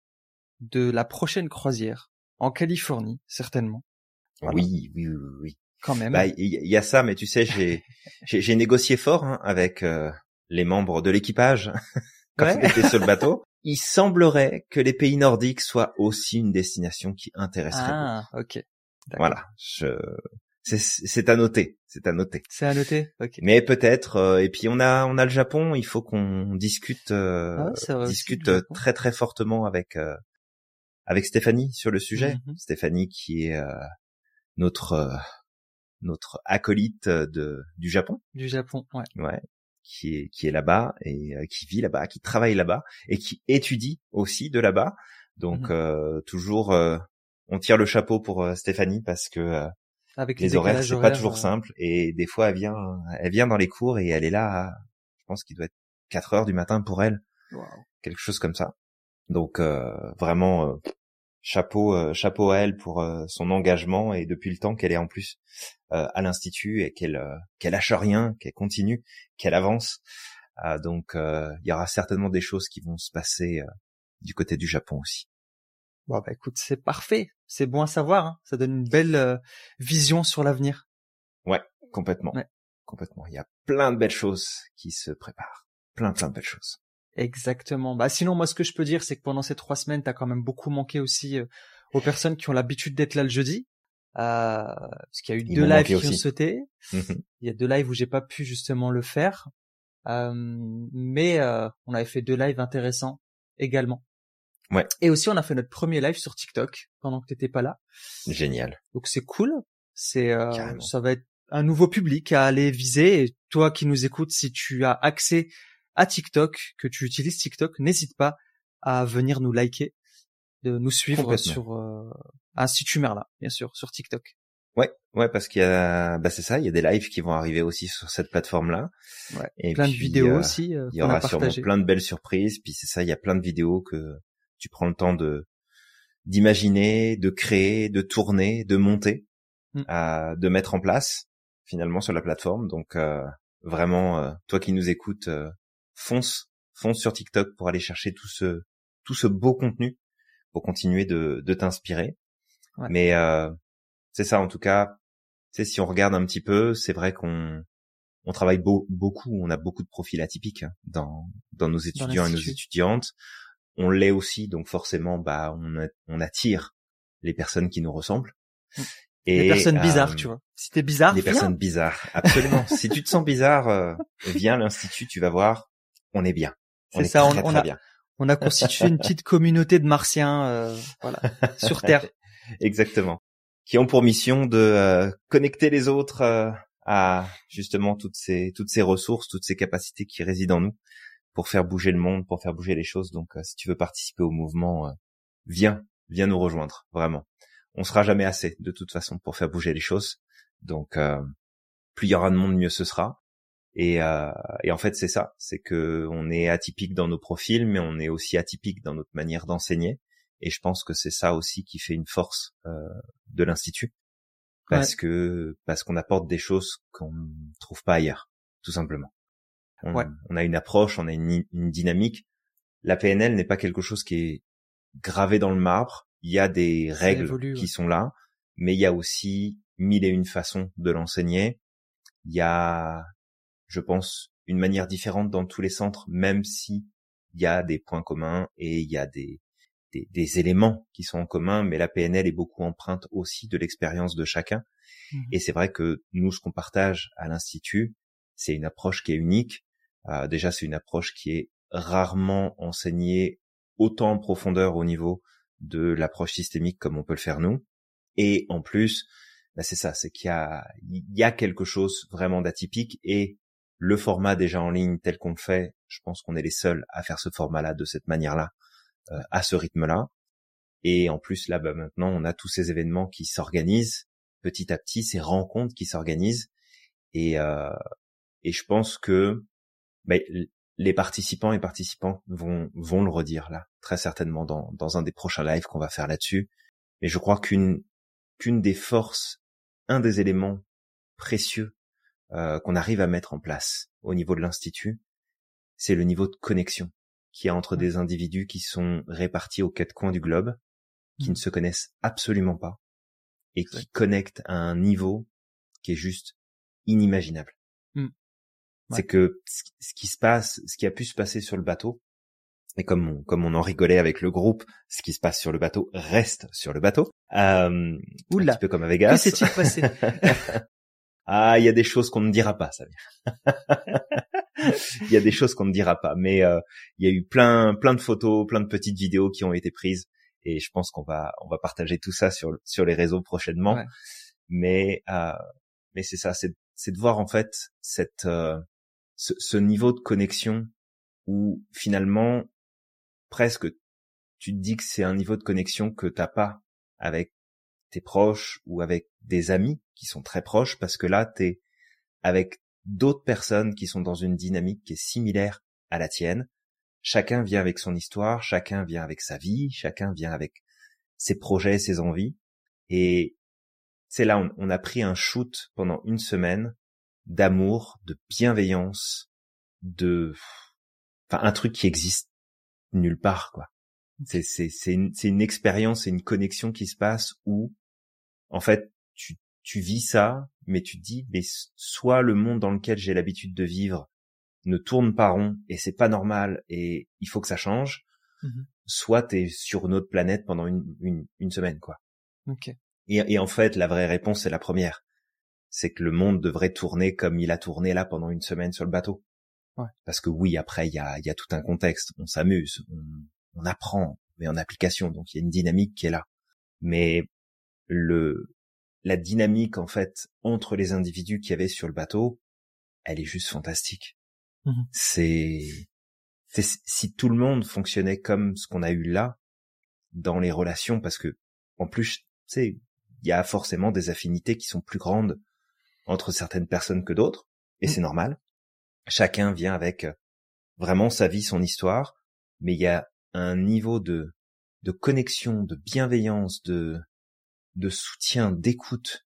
de la prochaine croisière en Californie, certainement. Voilà. Oui, oui, oui, oui. Quand même. Bah il y, y a ça, mais tu sais, j'ai j'ai, j'ai négocié fort hein, avec euh, les membres de l'équipage quand ouais. on était sur le bateau. Il semblerait que les pays nordiques soient aussi une destination qui intéresserait ah, beaucoup. ok. D'accord. Voilà, je c'est c'est à noter, c'est à noter. C'est à noter. OK. Mais peut-être euh, et puis on a on a le Japon, il faut qu'on discute euh, ah ouais, discute aussi, très très fortement avec euh, avec Stéphanie sur le sujet. Mm-hmm. Stéphanie qui est euh, notre euh, notre acolyte de du Japon. Du Japon, ouais. Ouais. qui est qui est là-bas et euh, qui vit là-bas, qui travaille là-bas et qui étudie aussi de là-bas. Donc mm-hmm. euh, toujours euh, on tire le chapeau pour euh, Stéphanie parce que euh, Avec les, les horaires c'est horaires, pas toujours euh... simple et des fois elle vient elle vient dans les cours et elle est là à, je pense qu'il doit être quatre heures du matin pour elle. Wow. Quelque chose comme ça. Donc euh, vraiment euh, chapeau euh, chapeau à elle pour euh, son engagement et depuis le temps qu'elle est en plus euh, à l'institut et qu'elle euh, qu'elle lâche rien, qu'elle continue, qu'elle avance. Euh, donc euh, il y aura certainement des choses qui vont se passer euh, du côté du Japon aussi. Bon bah écoute, c'est parfait, c'est bon à savoir, hein. Ça donne une belle euh, vision sur l'avenir. Ouais, complètement. Ouais. Complètement. Il y a plein de belles choses qui se préparent. Plein plein de belles choses. Exactement. Bah sinon moi ce que je peux dire c'est que pendant ces trois semaines t'as quand même beaucoup manqué aussi euh, aux personnes qui ont l'habitude d'être là le jeudi. Euh, parce qu'il y a eu Ils deux lives qui aussi. ont sauté. Mm-hmm. Il y a deux lives où j'ai pas pu justement le faire. Euh, mais euh, on avait fait deux lives intéressants également. Ouais. Et aussi on a fait notre premier live sur TikTok pendant que t'étais pas là. Génial. Donc c'est cool. C'est euh, ça va être un nouveau public à aller viser. Et toi qui nous écoutes, si tu as accès à TikTok, que tu utilises TikTok, n'hésite pas à venir nous liker, de nous suivre sur euh, Institut Merlin, bien sûr, sur TikTok. Ouais, ouais, parce qu'il y a, bah c'est ça, il y a des lives qui vont arriver aussi sur cette plateforme-là. Ouais. Et plein puis, de vidéos euh, aussi. Euh, il y aura sûrement plein de belles surprises. Puis c'est ça, il y a plein de vidéos que tu prends le temps de d'imaginer, de créer, de tourner, de monter, mm. euh, de mettre en place finalement sur la plateforme. Donc euh, vraiment, euh, toi qui nous écoutes, euh, fonce, fonce sur TikTok pour aller chercher tout ce tout ce beau contenu pour continuer de, de t'inspirer. Ouais. Mais euh, c'est ça en tout cas. Tu sais, si on regarde un petit peu, c'est vrai qu'on on travaille beau, beaucoup. On a beaucoup de profils atypiques hein, dans dans nos étudiants et nos étudiantes. On l'est aussi, donc forcément, bah on, a, on attire les personnes qui nous ressemblent. Et, les personnes euh, bizarres, tu vois. Si t'es bizarre, les viens. personnes bizarres, absolument. Si tu te sens bizarre, euh, viens à l'institut, tu vas voir, on est bien. On c'est est ça, très, on, très, on très a bien. on a constitué une petite communauté de martiens, euh, voilà, sur Terre. Exactement. Qui ont pour mission de euh, connecter les autres euh, à justement toutes ces toutes ces ressources, toutes ces capacités qui résident en nous pour faire bouger le monde, pour faire bouger les choses. Donc euh, si tu veux participer au mouvement, euh, viens, viens nous rejoindre, vraiment. On sera jamais assez de toute façon pour faire bouger les choses. Donc euh, plus il y aura de monde, mieux ce sera. Et, euh, et en fait c'est ça, c'est que on est atypique dans nos profils, mais on est aussi atypique dans notre manière d'enseigner. Et je pense que c'est ça aussi qui fait une force euh, de l'institut, parce ouais. que parce qu'on apporte des choses qu'on ne trouve pas ailleurs, tout simplement. On, ouais. on a une approche, on a une, une dynamique. La P N L n'est pas quelque chose qui est gravé dans le marbre. Il y a des règles évolue, qui ouais. sont là, mais il y a aussi mille et une façons de l'enseigner. Il y a, je pense, une manière différente dans tous les centres, même si il y a des points communs et il y a des Des, des éléments qui sont en commun, mais la P N L est beaucoup empreinte aussi de l'expérience de chacun. Mmh. Et c'est vrai que nous, ce qu'on partage à l'Institut, c'est une approche qui est unique. Euh, déjà, c'est une approche qui est rarement enseignée autant en profondeur au niveau de l'approche systémique comme on peut le faire nous. Et en plus, bah c'est ça, c'est qu'il y a, il y a quelque chose vraiment d'atypique, et le format déjà en ligne tel qu'on le fait, je pense qu'on est les seuls à faire ce format-là de cette manière-là, euh, à ce rythme-là. Et en plus, là, bah, maintenant, on a tous ces événements qui s'organisent petit à petit, ces rencontres qui s'organisent. Et, euh, et je pense que bah, les participants et participantes vont, vont le redire là, très certainement dans, dans un des prochains lives qu'on va faire là-dessus. Mais je crois qu'une, qu'une des forces, un des éléments précieux euh, qu'on arrive à mettre en place au niveau de l'Institut, c'est le niveau de connexion qu'il y a entre des individus qui sont répartis aux quatre coins du globe, qui mmh. ne se connaissent absolument pas, et qui connectent à un niveau qui est juste inimaginable. Mmh. Ouais. C'est que ce qui se passe, ce qui a pu se passer sur le bateau, et comme on, comme on en rigolait avec le groupe, ce qui se passe sur le bateau reste sur le bateau. Euh, Oula, un petit peu comme à Vegas. Que s'est-il passé? Ah, il y a des choses qu'on ne dira pas, ça. Il y a des choses qu'on ne dira pas, mais euh, il y a eu plein, plein de photos, plein de petites vidéos qui ont été prises, et je pense qu'on va, on va partager tout ça sur sur les réseaux prochainement. Ouais. Mais euh, mais c'est ça, c'est c'est de voir en fait cette euh, ce, ce niveau de connexion où finalement presque tu te dis que c'est un niveau de connexion que t'as pas avec tes proches ou avec des amis qui sont très proches, parce que là t'es avec d'autres personnes qui sont dans une dynamique qui est similaire à la tienne. Chacun vient avec son histoire, chacun vient avec sa vie, chacun vient avec ses projets, ses envies, et c'est là on, on a pris un shoot pendant une semaine d'amour, de bienveillance, de, enfin un truc qui existe nulle part, quoi. C'est c'est c'est une c'est une expérience, c'est une connexion qui se passe où en fait tu tu vis ça, mais tu te dis mais soit le monde dans lequel j'ai l'habitude de vivre ne tourne pas rond et c'est pas normal et il faut que ça change, mmh. soit t'es sur une autre planète pendant une une une semaine, quoi. Okay. Et et en fait la vraie réponse c'est la première, c'est que le monde devrait tourner comme il a tourné là pendant une semaine sur le bateau. Ouais. Parce que oui, après il y a il y a tout un contexte, on s'amuse, on on apprend, mais en application, donc il y a une dynamique qui est là. Mais le, la dynamique, en fait, entre les individus qu'il y avait sur le bateau, elle est juste fantastique. Mmh. C'est, c'est, si tout le monde fonctionnait comme ce qu'on a eu là, dans les relations, parce que, en plus, tu sais, il y a forcément des affinités qui sont plus grandes entre certaines personnes que d'autres, et mmh. c'est normal. Chacun vient avec vraiment sa vie, son histoire, mais il y a un niveau de de connexion, de bienveillance, de de soutien, d'écoute,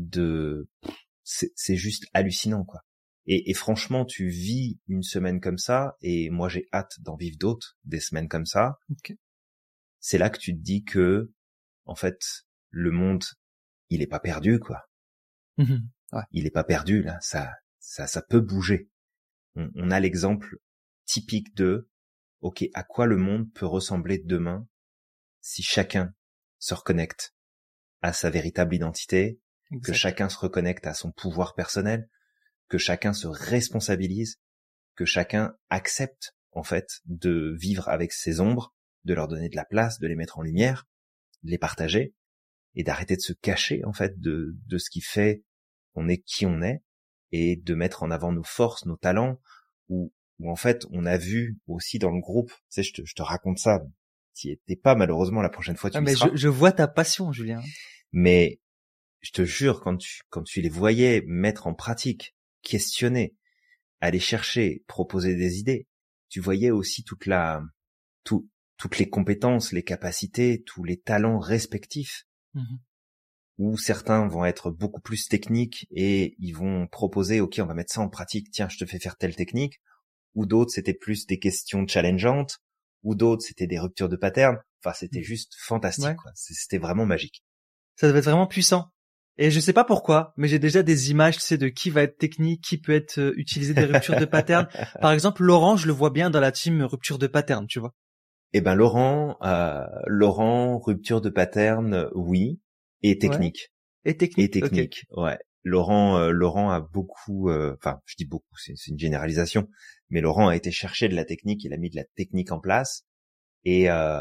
de c'est c'est juste hallucinant, quoi. Et, et franchement, tu vis une semaine comme ça, et moi j'ai hâte d'en vivre d'autres, des semaines comme ça. Okay. C'est là que tu te dis que en fait le monde il est pas perdu, quoi. Mmh. Ouais. Il est pas perdu là, ça ça ça peut bouger. On, on a l'exemple typique de ok, à quoi le monde peut ressembler demain si chacun se reconnecte à sa véritable identité, exact. Que chacun se reconnecte à son pouvoir personnel, que chacun se responsabilise, que chacun accepte en fait de vivre avec ses ombres, de leur donner de la place, de les mettre en lumière, de les partager, et d'arrêter de se cacher en fait de, de ce qui fait qu'on est qui on est, et de mettre en avant nos forces, nos talents, ou où en fait on a vu aussi dans le groupe, tu sais, je te, je te raconte ça, t'y étais pas malheureusement, la prochaine fois tu ah, y mais seras. Je, je vois ta passion, Julien. Mais je te jure, quand tu quand tu les voyais mettre en pratique, questionner, aller chercher, proposer des idées, tu voyais aussi toute la tout toutes les compétences, les capacités, tous les talents respectifs. Mmh. Où certains vont être beaucoup plus techniques et ils vont proposer ok, on va mettre ça en pratique, tiens, je te fais faire telle technique. Ou d'autres, c'était plus des questions challengeantes, ou d'autres, c'était des ruptures de pattern. Enfin, c'était juste fantastique, ouais. quoi. C'était vraiment magique. Ça devait être vraiment puissant. Et je sais pas pourquoi, mais j'ai déjà des images, tu sais, de qui va être technique, qui peut être euh, utiliser des ruptures de pattern. Par exemple, Laurent, je le vois bien dans la team rupture de pattern, tu vois. Eh ben, Laurent, euh, Laurent, rupture de pattern, oui, et technique. Ouais. Et technique. Et technique, okay. ouais. Laurent, euh, Laurent a beaucoup, euh, enfin, je dis beaucoup, c'est, c'est une généralisation, mais Laurent a été chercher de la technique, il a mis de la technique en place, et euh,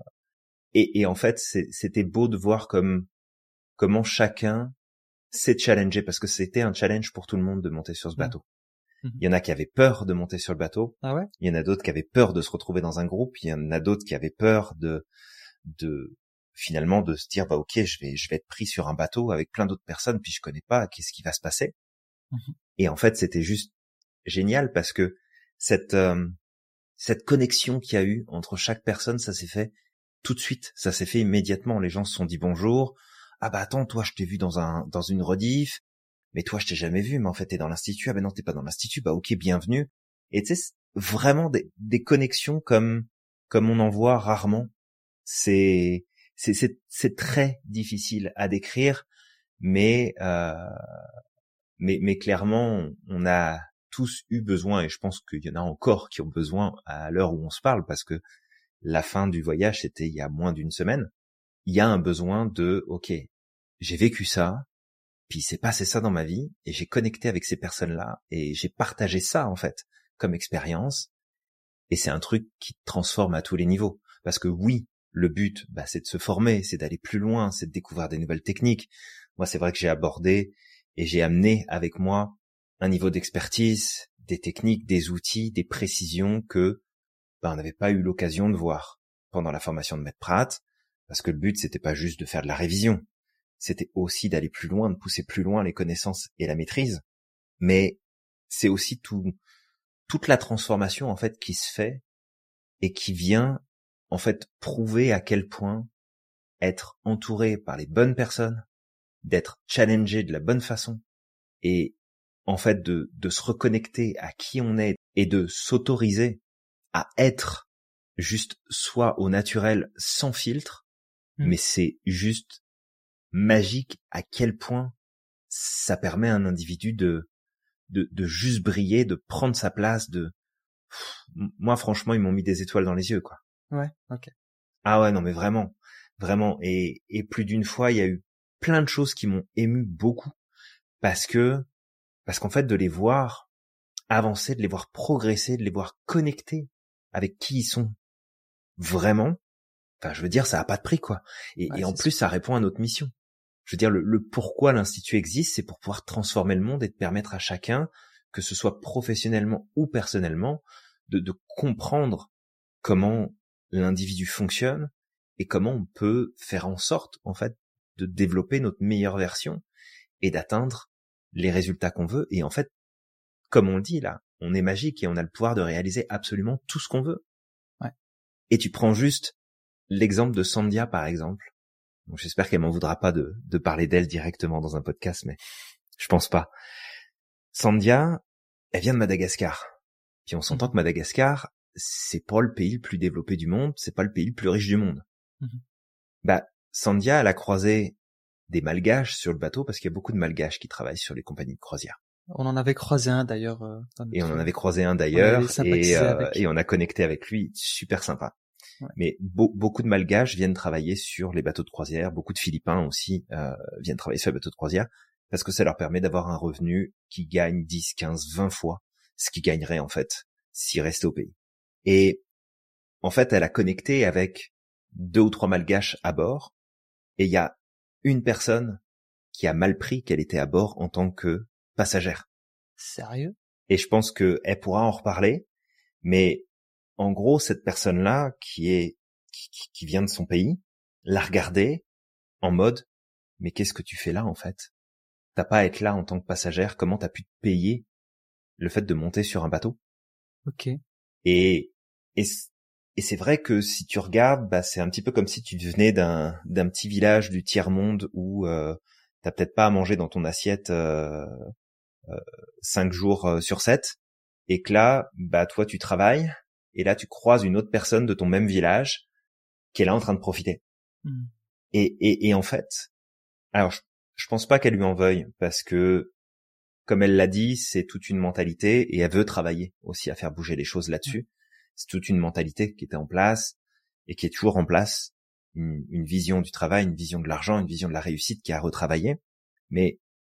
et, et en fait, c'est, c'était beau de voir comme comment chacun s'est challengé, parce que c'était un challenge pour tout le monde de monter sur ce bateau. Mmh. Il y en a qui avaient peur de monter sur le bateau, Ah ouais? il y en a d'autres qui avaient peur de se retrouver dans un groupe, il y en a d'autres qui avaient peur de de finalement de se dire bah ok, je vais je vais être pris sur un bateau avec plein d'autres personnes, puis je connais pas, qu'est-ce qui va se passer? Mmh. Et en fait, c'était juste génial parce que cette euh, cette connexion qu'il y a eu entre chaque personne, ça s'est fait tout de suite, ça s'est fait immédiatement. Les gens se sont dit bonjour. Ah bah attends, toi je t'ai vu dans un dans une rediff, mais toi je t'ai jamais vu, mais en fait t'es dans l'institut. Ah ben non, t'es pas dans l'institut. Bah ok, bienvenue. Et tu sais, c'est vraiment des des connexions comme comme on en voit rarement. C'est c'est c'est c'est très difficile à décrire, mais euh, mais mais clairement on a tous eu besoin, et je pense qu'il y en a encore qui ont besoin à l'heure où on se parle, parce que la fin du voyage c'était il y a moins d'une semaine. Il y a un besoin de ok, j'ai vécu ça, puis il s'est passé ça dans ma vie, et j'ai connecté avec ces personnes-là, et j'ai partagé ça en fait comme expérience, et c'est un truc qui te transforme à tous les niveaux, parce que oui, le but, bah, c'est de se former, c'est d'aller plus loin, c'est de découvrir des nouvelles techniques. Moi, c'est vrai que j'ai abordé et j'ai amené avec moi un niveau d'expertise, des techniques, des outils, des précisions que bah, on n'avait pas eu l'occasion de voir pendant la formation de Maître Pratt, parce que le but, c'était pas juste de faire de la révision, c'était aussi d'aller plus loin, de pousser plus loin les connaissances et la maîtrise, mais c'est aussi tout, toute la transformation en fait qui se fait et qui vient en fait prouver à quel point être entouré par les bonnes personnes, d'être challengé de la bonne façon, et en fait de, de se reconnecter à qui on est et de s'autoriser à être juste soi au naturel sans filtre, mmh. mais c'est juste magique à quel point ça permet à un individu de, de, de juste briller, de prendre sa place, de, moi franchement ils m'ont mis des étoiles dans les yeux, quoi. Ouais, ok. Ah ouais, non mais vraiment, vraiment, et, et plus d'une fois il y a eu plein de choses qui m'ont ému beaucoup, parce que, parce qu'en fait de les voir avancer, de les voir progresser, de les voir connecter avec qui ils sont vraiment, enfin je veux dire ça a pas de prix, quoi. Et, ouais, et en plus ça répond à notre mission. Je veux dire le, le pourquoi l'Institut existe, c'est pour pouvoir transformer le monde et de permettre à chacun, que ce soit professionnellement ou personnellement, de, de comprendre comment l'individu fonctionne et comment on peut faire en sorte, en fait, de développer notre meilleure version et d'atteindre les résultats qu'on veut. Et en fait, comme on le dit là, on est magique et on a le pouvoir de réaliser absolument tout ce qu'on veut. Ouais. Et tu prends juste l'exemple de Sandhya, par exemple. Donc, j'espère qu'elle m'en voudra pas de, de parler d'elle directement dans un podcast, mais je pense pas. Sandhya, elle vient de Madagascar. Puis on s'entend mmh. que Madagascar, c'est pas le pays le plus développé du monde, c'est pas le pays le plus riche du monde. Mmh. Bah, Sandhya, elle a croisé des malgaches sur le bateau, parce qu'il y a beaucoup de malgaches qui travaillent sur les compagnies de croisière. On en avait croisé un d'ailleurs. Euh, et on en avait croisé un d'ailleurs, et, euh, et on a connecté avec lui, super sympa. Ouais. Mais be- beaucoup de malgaches viennent travailler sur les bateaux de croisière, beaucoup de Philippins aussi euh, viennent travailler sur les bateaux de croisière, parce que ça leur permet d'avoir un revenu qui gagne dix, quinze, vingt fois ce qu'ils gagneraient en fait s'ils restaient au pays. Et en fait, elle a connecté avec deux ou trois malgaches à bord, et il y a une personne qui a mal pris qu'elle était à bord en tant que passagère. Sérieux? Et je pense qu'elle pourra en reparler, mais en gros, cette personne-là, qui est qui, qui vient de son pays, l'a regardée en mode « Mais qu'est-ce que tu fais là, en fait? T'as pas à être là en tant que passagère, comment t'as pu te payer le fait de monter sur un bateau ?» Ok. Et, et, et c'est vrai que si tu regardes, bah, c'est un petit peu comme si tu venais d'un, d'un petit village du tiers-monde où euh, t'as peut-être pas à manger dans ton assiette euh, euh, cinq jours euh, sur sept, et que là, bah, toi, tu travailles, et là, tu croises une autre personne de ton même village qui est là en train de profiter. Mmh. Et, et, et en fait, alors, je, je pense pas qu'elle lui en veuille, parce que, comme elle l'a dit, c'est toute une mentalité, et elle veut travailler aussi à faire bouger les choses là-dessus. Mmh. C'est toute une mentalité qui était en place, et qui est toujours en place. Une, une vision du travail, une vision de l'argent, une vision de la réussite qui a retravaillé. Mais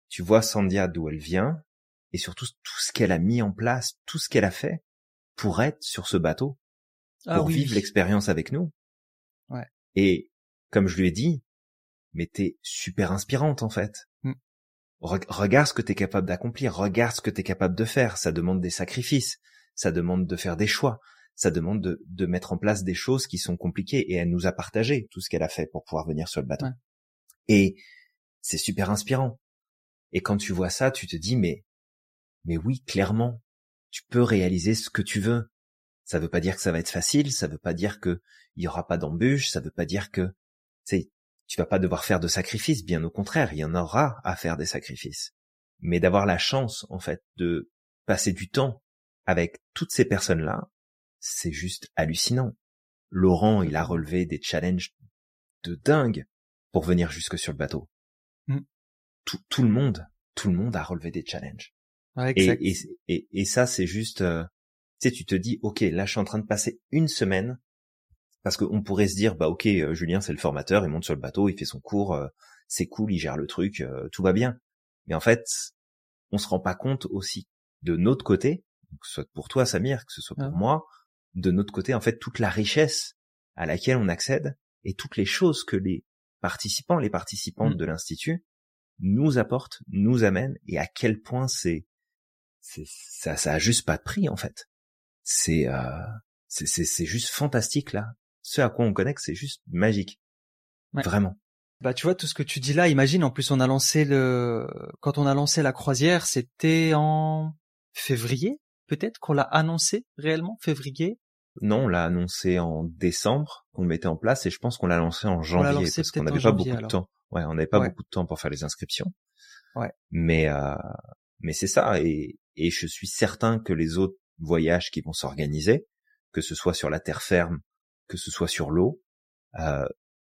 tu vois Sandia d'où elle vient, et surtout tout ce qu'elle a mis en place, tout ce qu'elle a fait pour être sur ce bateau, Ah pour oui, vivre oui. l'expérience avec nous. Ouais. Et comme je lui ai dit, mais t'es super inspirante en fait. Mm. Re- regarde ce que t'es capable d'accomplir, regarde ce que t'es capable de faire. Ça demande des sacrifices, ça demande de faire des choix, ça demande de, de mettre en place des choses qui sont compliquées. Et elle nous a partagé tout ce qu'elle a fait pour pouvoir venir sur le bateau. Ouais. Et c'est super inspirant. Et quand tu vois ça, tu te dis, mais, mais oui, clairement, tu peux réaliser ce que tu veux. Ça veut pas dire que ça va être facile, ça veut pas dire que il y aura pas d'embûches, ça veut pas dire que, tu sais, tu vas pas devoir faire de sacrifices, bien au contraire, il y en aura à faire des sacrifices. Mais d'avoir la chance, en fait, de passer du temps avec toutes ces personnes-là, c'est juste hallucinant. Laurent, il a relevé des challenges de dingue pour venir jusque sur le bateau. Mm. Tout, tout le monde, tout le monde a relevé des challenges. Ouais, Et, exact. et, et, et ça, c'est juste, euh, tu sais, tu te dis, ok, là, je suis en train de passer une semaine, parce qu'on pourrait se dire, bah ok, euh, Julien, c'est le formateur, il monte sur le bateau, il fait son cours, euh, c'est cool, il gère le truc, euh, tout va bien. Mais en fait, on se rend pas compte aussi de notre côté, que ce soit pour toi, Samir, que ce soit pour Ah. moi, de notre côté, en fait, toute la richesse à laquelle on accède et toutes les choses que les participants, les participantes Mm. de l'Institut nous apportent, nous amènent, et à quel point c'est, c'est ça, ça a juste pas de prix en fait. C'est, euh, c'est, c'est, c'est juste fantastique là. Ce à quoi on connecte, c'est juste magique, Ouais. vraiment. Bah tu vois tout ce que tu dis là, imagine en plus on a lancé le quand on a lancé la croisière, c'était en février, peut-être qu'on l'a annoncé réellement février. Non, on l'a annoncé en décembre qu'on le mettait en place, et je pense qu'on l'a lancé en On l'a janvier lancé parce qu'on peut-être en n'avait pas janvier beaucoup de alors. temps. Ouais, on n'avait pas Ouais. beaucoup de temps pour faire les inscriptions. Ouais. Mais euh, mais c'est ça, et et je suis certain que les autres voyages qui vont s'organiser, que ce soit sur la terre ferme, que ce soit sur l'eau, euh,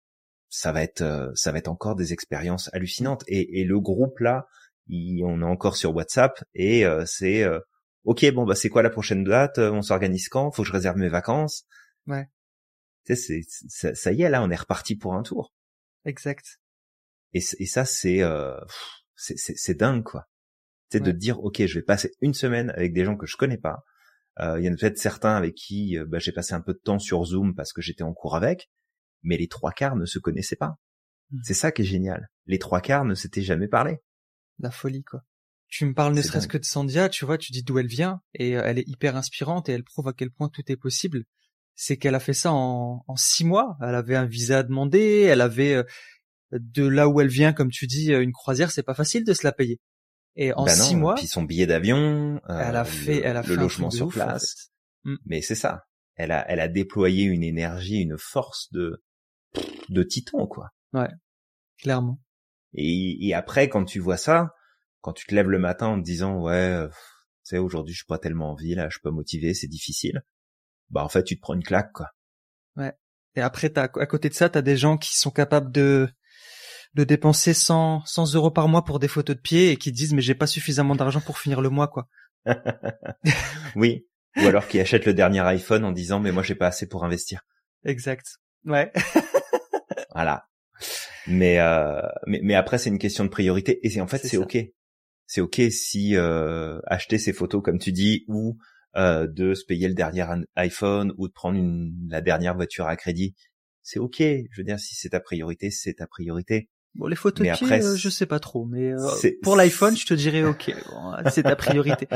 ça va être euh, ça va être encore des expériences hallucinantes. Et, et le groupe là, il, on est encore sur WhatsApp, et euh, c'est euh, ok, bon bah c'est quoi la prochaine date, on s'organise quand, faut que je réserve mes vacances. Ouais. Tu sais, c'est ça, ça y est, là on est reparti pour un tour. Exact. Et, et ça c'est euh, c'est, c'est c'est dingue quoi. C'est Ouais. de te dire ok, je vais passer une semaine avec des gens que je connais pas. Euh, il y en a peut-être certains avec qui euh, bah, j'ai passé un peu de temps sur Zoom parce que j'étais en cours avec, mais les trois quarts ne se connaissaient pas. Mmh. C'est ça qui est génial. Les trois quarts ne s'étaient jamais parlé. La folie quoi. Tu me parles ne C'est serait-ce dingue. que de Sandia, tu vois, tu dis d'où elle vient et euh, elle est hyper inspirante et elle prouve à quel point tout est possible. C'est qu'elle a fait ça en, en six mois. Elle avait un visa à demander, elle avait euh, de là où elle vient, comme tu dis, une croisière, c'est pas facile de se la payer. Et en bah six non, mois, puis son billet d'avion, euh, elle a fait, le, elle a le fait logement un truc de sur ouf, place. en fait. Mm. Mais c'est ça. Elle a, elle a déployé une énergie, une force de, de titan, quoi. Ouais, clairement. Et, et après, quand tu vois ça, quand tu te lèves le matin en te disant, ouais, euh, tu sais, aujourd'hui, je suis pas tellement envie, là, je suis pas motivé, c'est difficile. Bah, en fait, tu te prends une claque, quoi. Ouais. Et après, t'as, à côté de ça, t'as des gens qui sont capables de, de dépenser cent, cent euros par mois pour des photos de pied et qui disent, mais j'ai pas suffisamment d'argent pour finir le mois, quoi. Oui. Ou alors qui achètent le dernier iPhone en disant, mais moi, j'ai pas assez pour investir. Exact. Ouais. Voilà. Mais, euh, mais, mais après, c'est une question de priorité. Et c'est, en fait, c'est, c'est ok. C'est ok si, euh, acheter ces photos, comme tu dis, ou, euh, de se payer le dernier iPhone ou de prendre une, la dernière voiture à crédit. C'est ok. Je veux dire, si c'est ta priorité, c'est ta priorité. Bon, les photos mais de pied, après, euh, je sais pas trop, mais euh, c'est, pour l'iPhone, je te dirais ok, bon, c'est ta priorité.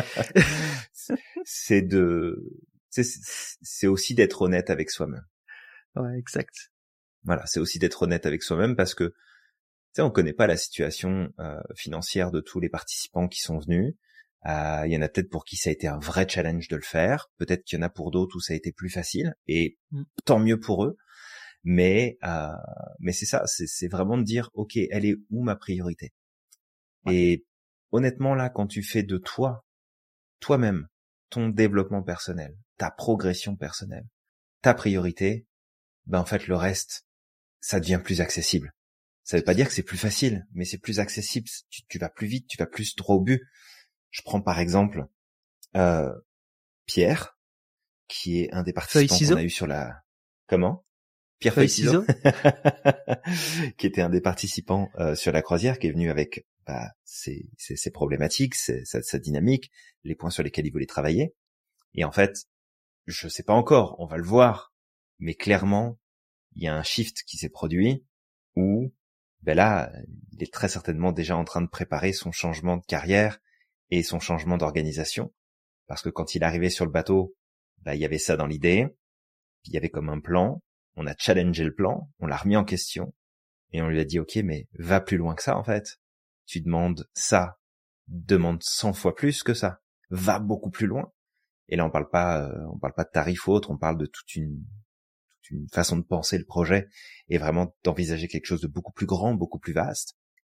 c'est de, c'est, c'est aussi d'être honnête avec soi-même. Ouais, exact. Voilà, c'est aussi d'être honnête avec soi-même parce que, tu sais, on connaît pas la situation euh, financière de tous les participants qui sont venus. Euh, il y en a peut-être pour qui ça a été un vrai challenge de le faire. Peut-être qu'il y en a pour d'autres où ça a été plus facile, et mm. tant mieux pour eux. Mais euh, mais c'est ça, c'est, c'est vraiment de dire, ok, elle est où ma priorité? Ouais. Et honnêtement là, quand tu fais de toi, toi-même, ton développement personnel, ta progression personnelle, ta priorité, ben en fait le reste, ça devient plus accessible. Ça veut pas dire que c'est plus facile, mais c'est plus accessible. Tu, tu vas plus vite, tu vas plus droit au but. Je prends par exemple euh, Pierre, qui est un des participants qu'on a eu sur la... Comment Pierre Feuille Ciseaux, qui était un des participants euh, sur la croisière, qui est venu avec bah, c'est, c'est, c'est problématique, c'est sa, sa dynamique, les points sur lesquels il voulait travailler. Et en fait, je sais pas encore, on va le voir, mais clairement, il y a un shift qui s'est produit où, ben là, il est très certainement déjà en train de préparer son changement de carrière et son changement d'organisation. Parce que quand il est arrivé sur le bateau, ben, il y avait ça dans l'idée, il y avait comme un plan, on a challengé le plan, on l'a remis en question, et on lui a dit, ok, mais va plus loin que ça, en fait. Tu demandes ça, demande cent fois plus que ça, va beaucoup plus loin. Et là, on parle pas, euh, on parle pas de tarifs ou autre, on parle de toute une, toute une façon de penser le projet et vraiment d'envisager quelque chose de beaucoup plus grand, beaucoup plus vaste.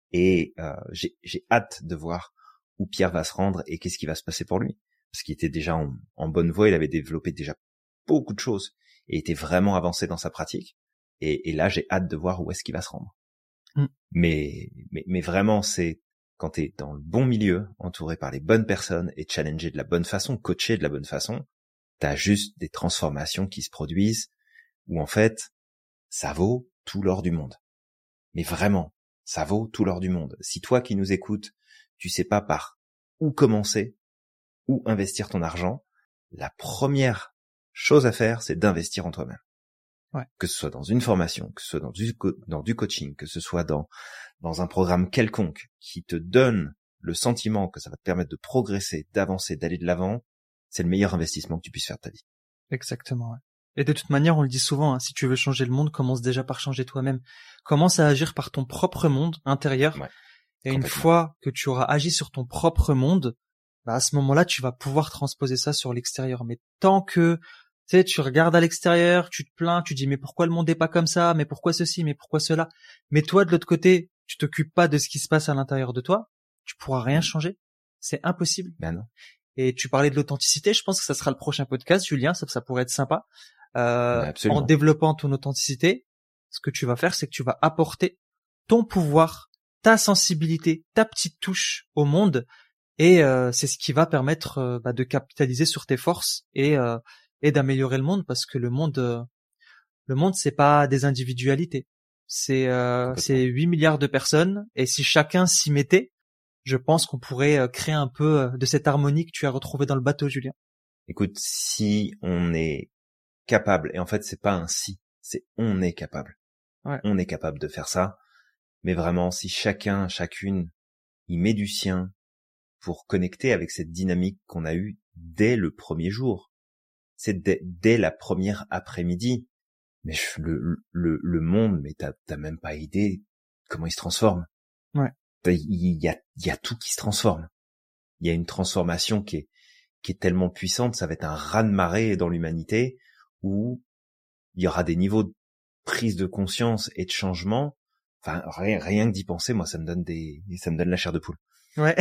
Et euh, j'ai, j'ai hâte de voir où Pierre va se rendre et qu'est-ce qui va se passer pour lui. Parce qu'il était déjà en, en bonne voie, il avait développé déjà beaucoup de choses et était vraiment avancé dans sa pratique. Et, et là, j'ai hâte de voir où est-ce qu'il va se rendre. Mm. Mais, mais, mais vraiment, c'est quand t'es dans le bon milieu, entouré par les bonnes personnes et challengé de la bonne façon, coaché de la bonne façon, t'as juste des transformations qui se produisent où en fait, ça vaut tout l'or du monde. Mais vraiment, ça vaut tout l'or du monde. Si toi qui nous écoutes, tu sais pas par où commencer, où investir ton argent, la première chose à faire, c'est d'investir en toi-même. Ouais. Que ce soit dans une formation, que ce soit dans du, co- dans du coaching, que ce soit dans, dans un programme quelconque qui te donne le sentiment que ça va te permettre de progresser, d'avancer, d'aller de l'avant, c'est le meilleur investissement que tu puisses faire de ta vie. Exactement, ouais. Et de toute manière, on le dit souvent, hein, si tu veux changer le monde, commence déjà par changer toi-même. Commence à agir par ton propre monde intérieur. Ouais, et une fois que tu auras agi sur ton propre monde, bah à ce moment-là, tu vas pouvoir transposer ça sur l'extérieur. Mais tant que tu sais, tu regardes à l'extérieur, tu te plains, tu dis mais pourquoi le monde est pas comme ça, mais pourquoi ceci, mais pourquoi cela. Mais toi de l'autre côté, tu t'occupes pas de ce qui se passe à l'intérieur de toi, tu pourras rien changer. C'est impossible. Ben non. Et tu parlais de l'authenticité, je pense que ça sera le prochain podcast, Julien, ça, ça pourrait être sympa. Euh, en développant ton authenticité, ce que tu vas faire, c'est que tu vas apporter ton pouvoir, ta sensibilité, ta petite touche au monde, et euh, c'est ce qui va permettre euh, bah, de capitaliser sur tes forces et euh, et d'améliorer le monde, parce que le monde, euh, le monde, c'est pas des individualités, c'est euh, c'est huit milliards de personnes, et si chacun s'y mettait, je pense qu'on pourrait euh, créer un peu euh, de cette harmonie que tu as retrouvée dans le bateau, Julien. Écoute, si on est capable, et en fait c'est pas un si, c'est on est capable. Ouais. On est capable de faire ça, mais vraiment si chacun, chacune y met du sien pour connecter avec cette dynamique qu'on a eue dès le premier jour, c'est dès, dès la première après-midi. Mais je, le, le, le monde, mais t'as, t'as même pas idée comment il se transforme. Ouais. Il y a, il y a tout qui se transforme. Il y a une transformation qui est, qui est tellement puissante, ça va être un raz-de-marée dans l'humanité où il y aura des niveaux de prise de conscience et de changement. Enfin, rien, rien que d'y penser, moi, ça me donne des, ça me donne la chair de poule. Ouais.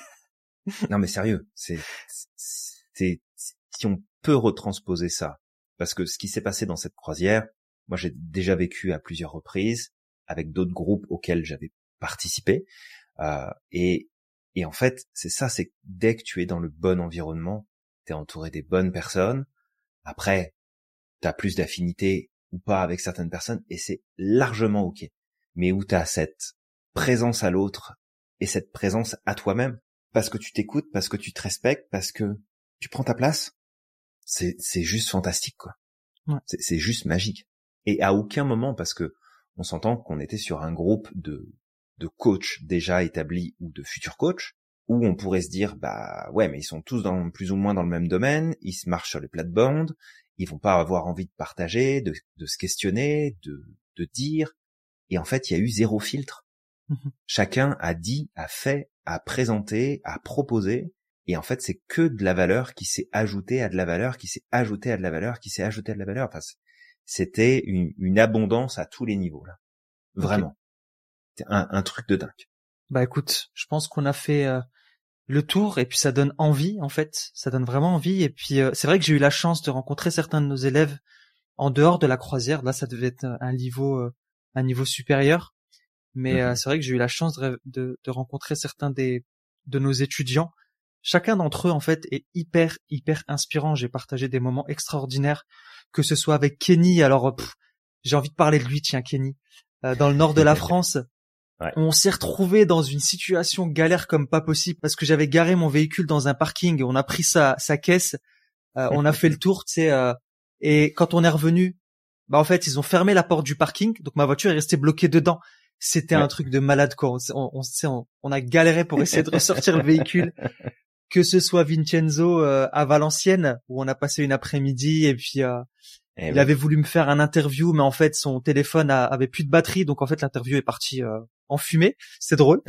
Non, mais sérieux, c'est, c'est, si on peut retransposer ça, parce que ce qui s'est passé dans cette croisière, moi, j'ai déjà vécu à plusieurs reprises avec d'autres groupes auxquels j'avais participé, euh, et, et en fait, c'est ça, c'est que dès que tu es dans le bon environnement, t'es entouré des bonnes personnes. Après, t'as plus d'affinité ou pas avec certaines personnes, et c'est largement ok. Mais où t'as cette présence à l'autre et cette présence à toi-même, parce que tu t'écoutes, parce que tu te respectes, parce que tu prends ta place, c'est c'est juste fantastique, quoi. Ouais. C'est, c'est juste magique. Et à aucun moment, parce que on s'entend qu'on était sur un groupe de de coachs déjà établis ou de futurs coachs, où on pourrait se dire, bah ouais, mais ils sont tous dans plus ou moins dans le même domaine, ils se marchent sur les plates-bandes, ils vont pas avoir envie de partager, de, de se questionner, de, de dire. Et en fait, il y a eu zéro filtre. Mmh. Chacun a dit, a fait, a présenté, a proposé. Et en fait, c'est que de la valeur qui s'est ajoutée à de la valeur, qui s'est ajoutée à de la valeur, qui s'est ajoutée à de la valeur. Enfin, c'était une, une abondance à tous les niveaux, là. Vraiment. Okay. C'est un, un truc de dingue. Bah écoute, je pense qu'on a fait euh, le tour, et puis ça donne envie, en fait. Ça donne vraiment envie. Et puis, euh, c'est vrai que j'ai eu la chance de rencontrer certains de nos élèves en dehors de la croisière. Là, ça devait être un niveau, euh, un niveau supérieur. Mais mm-hmm. euh, c'est vrai que j'ai eu la chance de, de, de rencontrer certains des de nos étudiants. Chacun d'entre eux, en fait, est hyper, hyper inspirant. J'ai partagé des moments extraordinaires, que ce soit avec Kenny. Alors, pff, j'ai envie de parler de lui, tiens, Kenny. Euh, dans le nord de la France, Ouais. On s'est retrouvé dans une situation galère comme pas possible parce que j'avais garé mon véhicule dans un parking. On a pris sa, sa caisse, euh, on a fait le tour, tu sais. Euh, et quand on est revenu, bah en fait ils ont fermé la porte du parking, donc ma voiture est restée bloquée dedans. C'était ouais. un truc de malade quoi. On, on, on, on a galéré pour essayer de ressortir le véhicule. Que ce soit Vincenzo euh, à Valenciennes où on a passé une après-midi et puis euh, et il oui. avait voulu me faire un interview, mais en fait son téléphone a, avait plus de batterie, donc en fait l'interview est partie euh, en fumée. C'est drôle.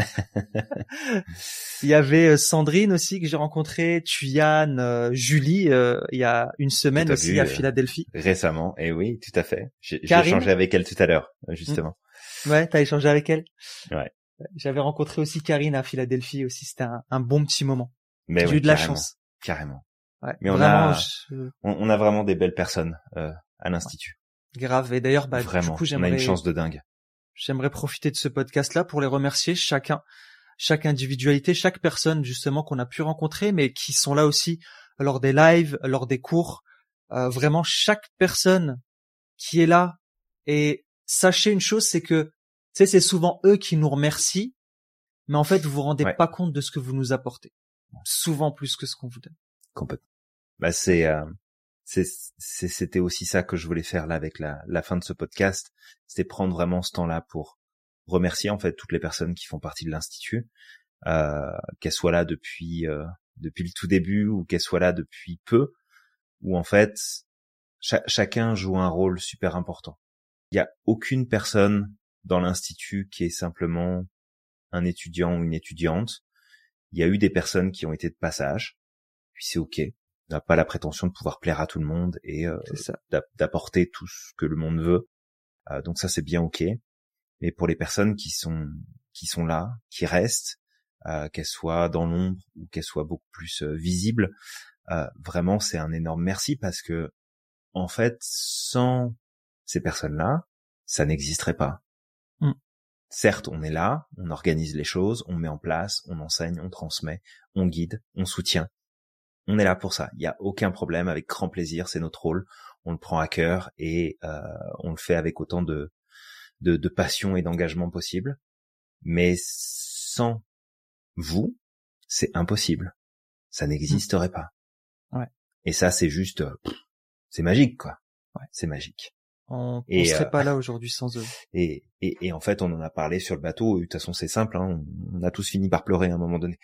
Il y avait Sandrine aussi que j'ai rencontrée, Tuyane, euh, Julie euh, il y a une semaine aussi vu, à Philadelphie. Euh, récemment, et oui, tout à fait. J'ai, j'ai échangé avec elle tout à l'heure, justement. Mmh. Ouais, t'as échangé avec elle. Ouais. J'avais rencontré aussi Karine à Philadelphie aussi. C'était un, un bon petit moment. Mais j'ai ouais, eu de carrément, la chance. Carrément. Ouais, mais on vraiment, a, je... on, on a vraiment des belles personnes euh, à l'institut. Ouais. Grave. Et d'ailleurs, bah, vraiment, du coup, j'aimerais. On a une chance de dingue. J'aimerais profiter de ce podcast-là pour les remercier chacun, chaque individualité, chaque personne justement qu'on a pu rencontrer, mais qui sont là aussi lors des lives, lors des cours. Euh, vraiment, chaque personne qui est là. Et sachez une chose, c'est que, tu sais, c'est souvent eux qui nous remercient, mais en fait, vous vous rendez ouais. pas compte de ce que vous nous apportez. Souvent plus que ce qu'on vous donne. Complètement. Bah c'est, euh, c'est, c'est, c'était aussi ça que je voulais faire là avec la, la fin de ce podcast. C'était prendre vraiment ce temps-là pour remercier en fait toutes les personnes qui font partie de l'institut, euh, qu'elles soient là depuis euh, depuis le tout début ou qu'elles soient là depuis peu, où en fait cha- chacun joue un rôle super important. Il y a aucune personne dans l'institut qui est simplement un étudiant ou une étudiante. Il y a eu des personnes qui ont été de passage, puis c'est ok. On n'a pas la prétention de pouvoir plaire à tout le monde et euh, d'apporter tout ce que le monde veut. Euh, donc ça c'est bien ok. Mais pour les personnes qui sont qui sont là, qui restent, euh, qu'elles soient dans l'ombre ou qu'elles soient beaucoup plus euh, visibles, euh, vraiment c'est un énorme merci parce que en fait sans ces personnes-là, ça n'existerait pas. Mm. Certes, on est là, on organise les choses, on met en place, on enseigne, on transmet, on guide, on soutient. On est là pour ça. Il n'y a aucun problème, avec grand plaisir, c'est notre rôle. On le prend à cœur et euh, on le fait avec autant de, de, de passion et d'engagement possible. Mais sans vous, c'est impossible. Ça n'existerait pas. Ouais. Et ça, c'est juste, pff, c'est magique, quoi. Ouais. C'est magique. On ne serait euh, pas là aujourd'hui sans eux. Et, et, et en fait, on en a parlé sur le bateau. De toute façon, c'est simple. Hein, on, on a tous fini par pleurer à un moment donné.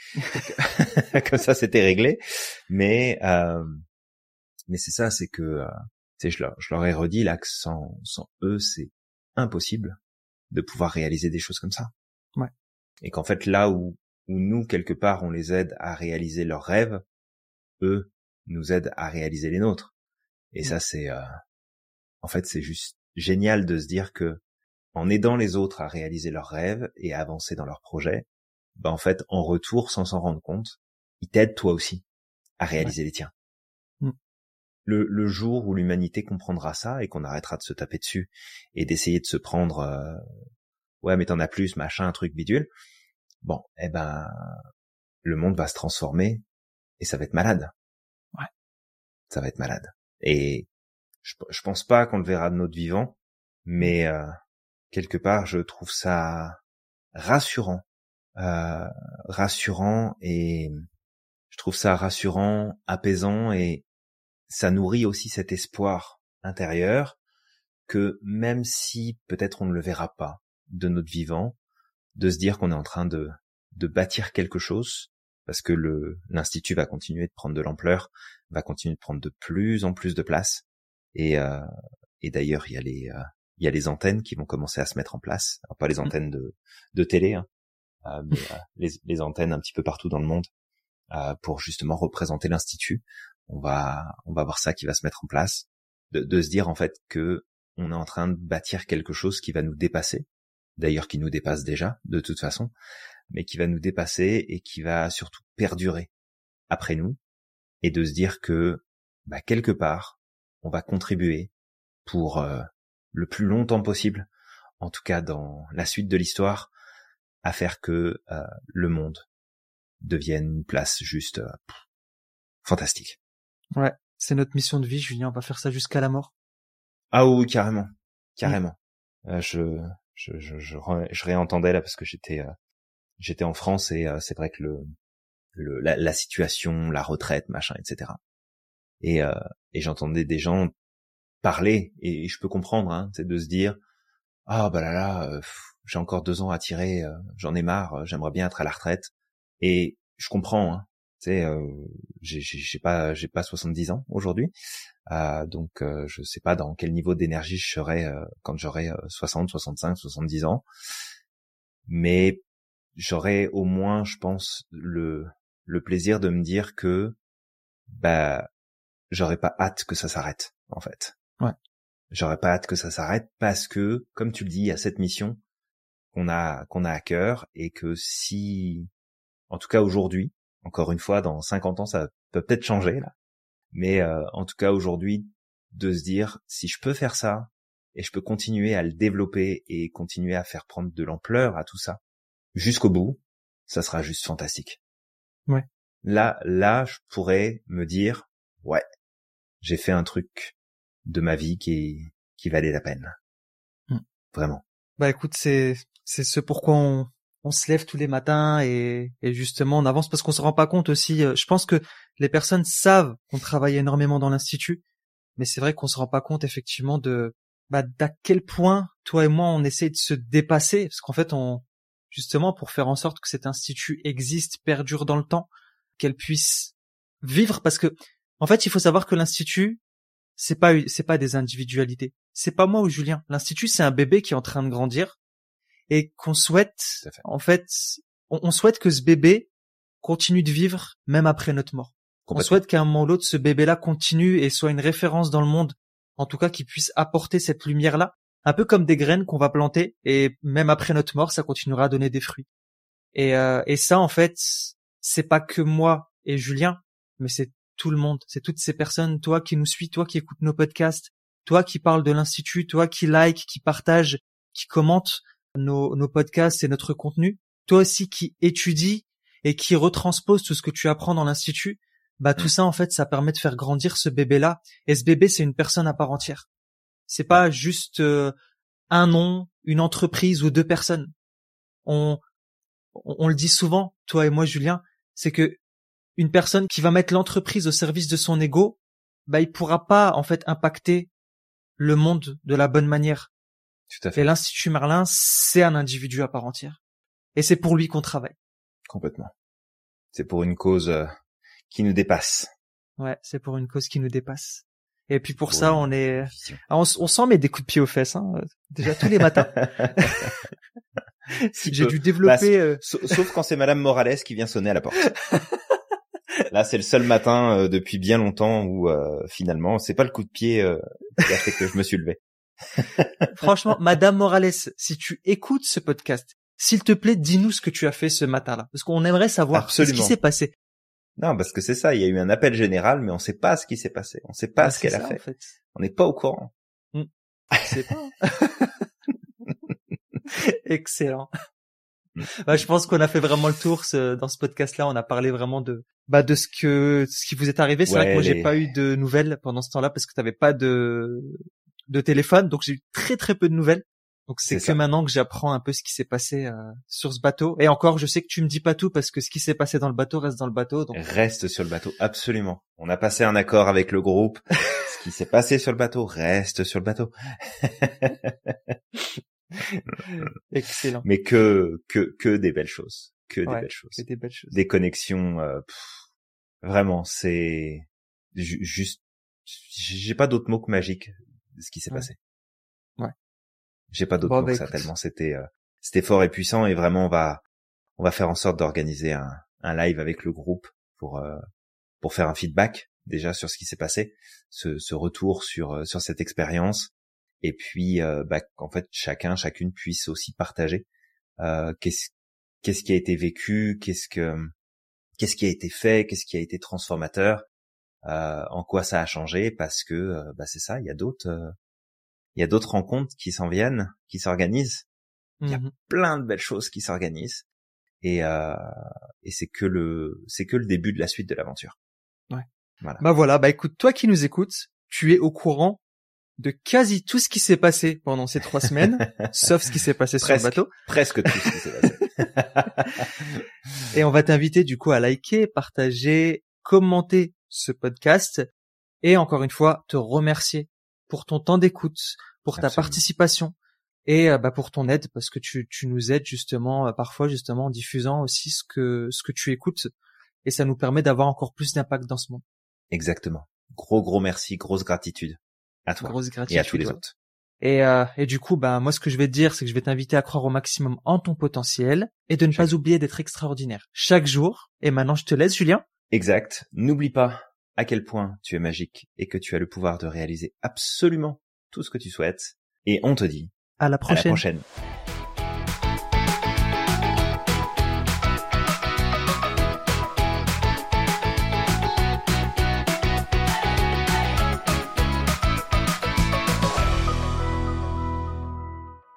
Comme ça, c'était réglé. Mais euh, mais c'est ça, c'est que euh, tu sais, je leur, je leur ai redit là que sans, sans eux, c'est impossible de pouvoir réaliser des choses comme ça. Ouais. Et qu'en fait, là où, où nous quelque part, on les aide à réaliser leurs rêves, eux nous aident à réaliser les nôtres. Et ouais. ça, c'est euh, en fait, c'est juste génial de se dire que en aidant les autres à réaliser leurs rêves et à avancer dans leurs projets, bah en fait, en retour, sans s'en rendre compte, ils t'aident toi aussi à réaliser ouais. les tiens. Mm. Le, le jour où l'humanité comprendra ça et qu'on arrêtera de se taper dessus et d'essayer de se prendre euh, ouais mais t'en as plus, machin, un truc bidule, bon, eh ben le monde va se transformer et ça va être malade. Ouais. Ça va être malade. Et je, je pense pas qu'on le verra de notre vivant, mais euh, quelque part, je trouve ça rassurant, euh, rassurant et je trouve ça rassurant, apaisant et ça nourrit aussi cet espoir intérieur que même si peut-être on ne le verra pas de notre vivant, de se dire qu'on est en train de, de bâtir quelque chose parce que le, l'institut va continuer de prendre de l'ampleur, va continuer de prendre de plus en plus de place et, euh, et d'ailleurs il y a les, euh, il y a les antennes qui vont commencer à se mettre en place, alors pas les antennes de, de télé, hein, euh, mais euh, les, les antennes un petit peu partout dans le monde euh, pour justement représenter l'institut. On va, on va voir ça qui va se mettre en place, de, de se dire en fait que on est en train de bâtir quelque chose qui va nous dépasser, d'ailleurs qui nous dépasse déjà de toute façon, mais qui va nous dépasser et qui va surtout perdurer après nous, et de se dire que bah, quelque part on va contribuer pour euh, le plus longtemps possible, en tout cas dans la suite de l'histoire, à faire que euh, le monde devienne une place juste euh, pff, fantastique. Ouais, c'est notre mission de vie, Julien, on va faire ça jusqu'à la mort. Ah oui, carrément, carrément. Mmh. Euh, je je, je, je, je réentendais là parce que j'étais, euh, j'étais en France et euh, c'est vrai que le, le la, la situation, la retraite, machin, et cetera. Et, euh, et j'entendais des gens parler et je peux comprendre, hein, c'est de se dire ah bah là là, euh, pff, j'ai encore deux ans à tirer, euh, j'en ai marre, euh, j'aimerais bien être à la retraite. Et je comprends, hein, tu sais, euh, j'ai, j'ai, j'ai pas, j'ai pas soixante-dix ans aujourd'hui, euh, donc euh, je sais pas dans quel niveau d'énergie je serai euh, quand j'aurai euh, soixante, soixante-cinq, soixante-dix ans, mais j'aurai au moins, je pense, le le plaisir de me dire que bah j'aurais pas hâte que ça s'arrête, en fait. Ouais. J'aurais pas hâte que ça s'arrête parce que, comme tu le dis, il y a cette mission qu'on a, qu'on a à cœur et que si, en tout cas aujourd'hui, encore une fois, dans cinquante ans, ça peut peut-être changer, là. Mais, euh, en tout cas aujourd'hui, de se dire, si je peux faire ça et je peux continuer à le développer et continuer à faire prendre de l'ampleur à tout ça jusqu'au bout, ça sera juste fantastique. Ouais. Là, là, je pourrais me dire, ouais, j'ai fait un truc de ma vie qui qui valait la peine. Mm. Vraiment. Bah écoute, c'est c'est ce pourquoi on on se lève tous les matins et et justement on avance parce qu'on se rend pas compte aussi. Je pense que les personnes savent qu'on travaille énormément dans l'institut, mais c'est vrai qu'on se rend pas compte effectivement de bah d'à quel point toi et moi on essaie de se dépasser parce qu'en fait on justement pour faire en sorte que cet institut existe, perdure dans le temps, qu'elle puisse vivre parce que en fait il faut savoir que l'institut c'est pas c'est pas des individualités. C'est pas moi ou Julien. L'Institut, c'est un bébé qui est en train de grandir et qu'on souhaite, en fait, on, on souhaite que ce bébé continue de vivre même après notre mort. On souhaite qu'à un moment ou l'autre, ce bébé-là continue et soit une référence dans le monde. En tout cas, qu'il puisse apporter cette lumière-là. Un peu comme des graines qu'on va planter et même après notre mort, ça continuera à donner des fruits. Et, euh, et ça, en fait, c'est pas que moi et Julien, mais c'est tout le monde, c'est toutes ces personnes, toi qui nous suis, toi qui écoutes nos podcasts, toi qui parles de l'Institut, toi qui like, qui partage, qui commente nos, nos podcasts et notre contenu, toi aussi qui étudie et qui retranspose tout ce que tu apprends dans l'Institut, bah tout ça en fait ça permet de faire grandir ce bébé-là, et ce bébé c'est une personne à part entière. C'est pas juste euh, un nom, une entreprise ou deux personnes. On, on, on le dit souvent, toi et moi Julien, c'est que une personne qui va mettre l'entreprise au service de son ego, bah il pourra pas en fait impacter le monde de la bonne manière. Tout à fait. Et l'Institut Merlin, c'est un individu à part entière. Et c'est pour lui qu'on travaille. Complètement. C'est pour une cause euh, qui nous dépasse. Ouais, c'est pour une cause qui nous dépasse. Et puis pour, pour ça, on est, on, on s'en met des coups de pied aux fesses, hein, déjà tous les matins. Si j'ai peu. dû développer. Bah, euh... Sauf quand c'est Madame Morales qui vient sonner à la porte. Là, c'est le seul matin euh, depuis bien longtemps où euh, finalement, c'est pas le coup de pied euh, qui a fait que je me suis levé. Franchement, Madame Morales, si tu écoutes ce podcast, s'il te plaît, dis-nous ce que tu as fait ce matin-là, parce qu'on aimerait savoir Absolument. ce qui s'est passé. Non, parce que c'est ça, il y a eu un appel général, mais on sait pas ce qui s'est passé, on sait pas bah, ce qu'elle ça, a fait. En fait. On n'est pas au courant. Mmh. Je sais pas. Excellent. Bah, je pense qu'on a fait vraiment le tour ce, dans ce podcast-là. On a parlé vraiment de bah de ce que ce qui vous est arrivé. C'est ouais, vrai que moi les... j'ai pas eu de nouvelles pendant ce temps-là parce que t'avais pas de de téléphone, donc j'ai eu très très peu de nouvelles. Donc c'est, c'est que ça. Maintenant que j'apprends un peu ce qui s'est passé euh, sur ce bateau. Et encore, je sais que tu me dis pas tout parce que ce qui s'est passé dans le bateau reste dans le bateau. Donc... Reste sur le bateau, absolument. On a passé un accord avec le groupe. Ce qui s'est passé sur le bateau reste sur le bateau. Excellent. Mais que que que des belles choses, que ouais, des belles choses, que des belles choses, des connexions. Euh, pff, vraiment, c'est ju- juste. J'ai pas d'autres mots que magique de ce qui s'est ouais. passé. Ouais. J'ai pas d'autres bon, mots bah, que ça écoute. tellement c'était euh, c'était fort et puissant et vraiment on va on va faire en sorte d'organiser un un live avec le groupe pour euh, pour faire un feedback déjà sur ce qui s'est passé, ce ce retour sur euh, sur cette expérience. Et puis, euh, bah, qu'en fait, chacun, chacune puisse aussi partager euh, qu'est-ce qu'est-ce qui a été vécu, qu'est-ce que qu'est-ce qui a été fait, qu'est-ce qui a été transformateur, euh, en quoi ça a changé, parce que euh, bah c'est ça, il y a d'autres euh, il y a d'autres rencontres qui s'en viennent, qui s'organisent. Il mm-hmm. y a plein de belles choses qui s'organisent, et euh, et c'est que le c'est que le début de la suite de l'aventure. Ouais. Voilà. Bah voilà, bah écoute, toi qui nous écoutes, tu es au courant de quasi tout ce qui s'est passé pendant ces trois semaines, sauf ce qui s'est passé presque, sur le bateau. Presque tout ce qui s'est passé. Et on va t'inviter du coup à liker, partager, commenter ce podcast et encore une fois te remercier pour ton temps d'écoute, pour ta Absolument. participation et euh, bah, pour ton aide parce que tu, tu nous aides justement euh, parfois justement en diffusant aussi ce que ce que tu écoutes et ça nous permet d'avoir encore plus d'impact dans ce monde. Exactement. Gros gros merci, grosse gratitude à toi Grosse gratitude, et à tous les ouais. autres. Et, euh, et du coup, bah moi, ce que je vais te dire, c'est que je vais t'inviter à croire au maximum en ton potentiel et de ne Chaque... pas oublier d'être extraordinaire chaque jour. Et maintenant, je te laisse, Julien. Exact. N'oublie pas à quel point tu es magique et que tu as le pouvoir de réaliser absolument tout ce que tu souhaites. Et on te dit À la prochaine. À la prochaine.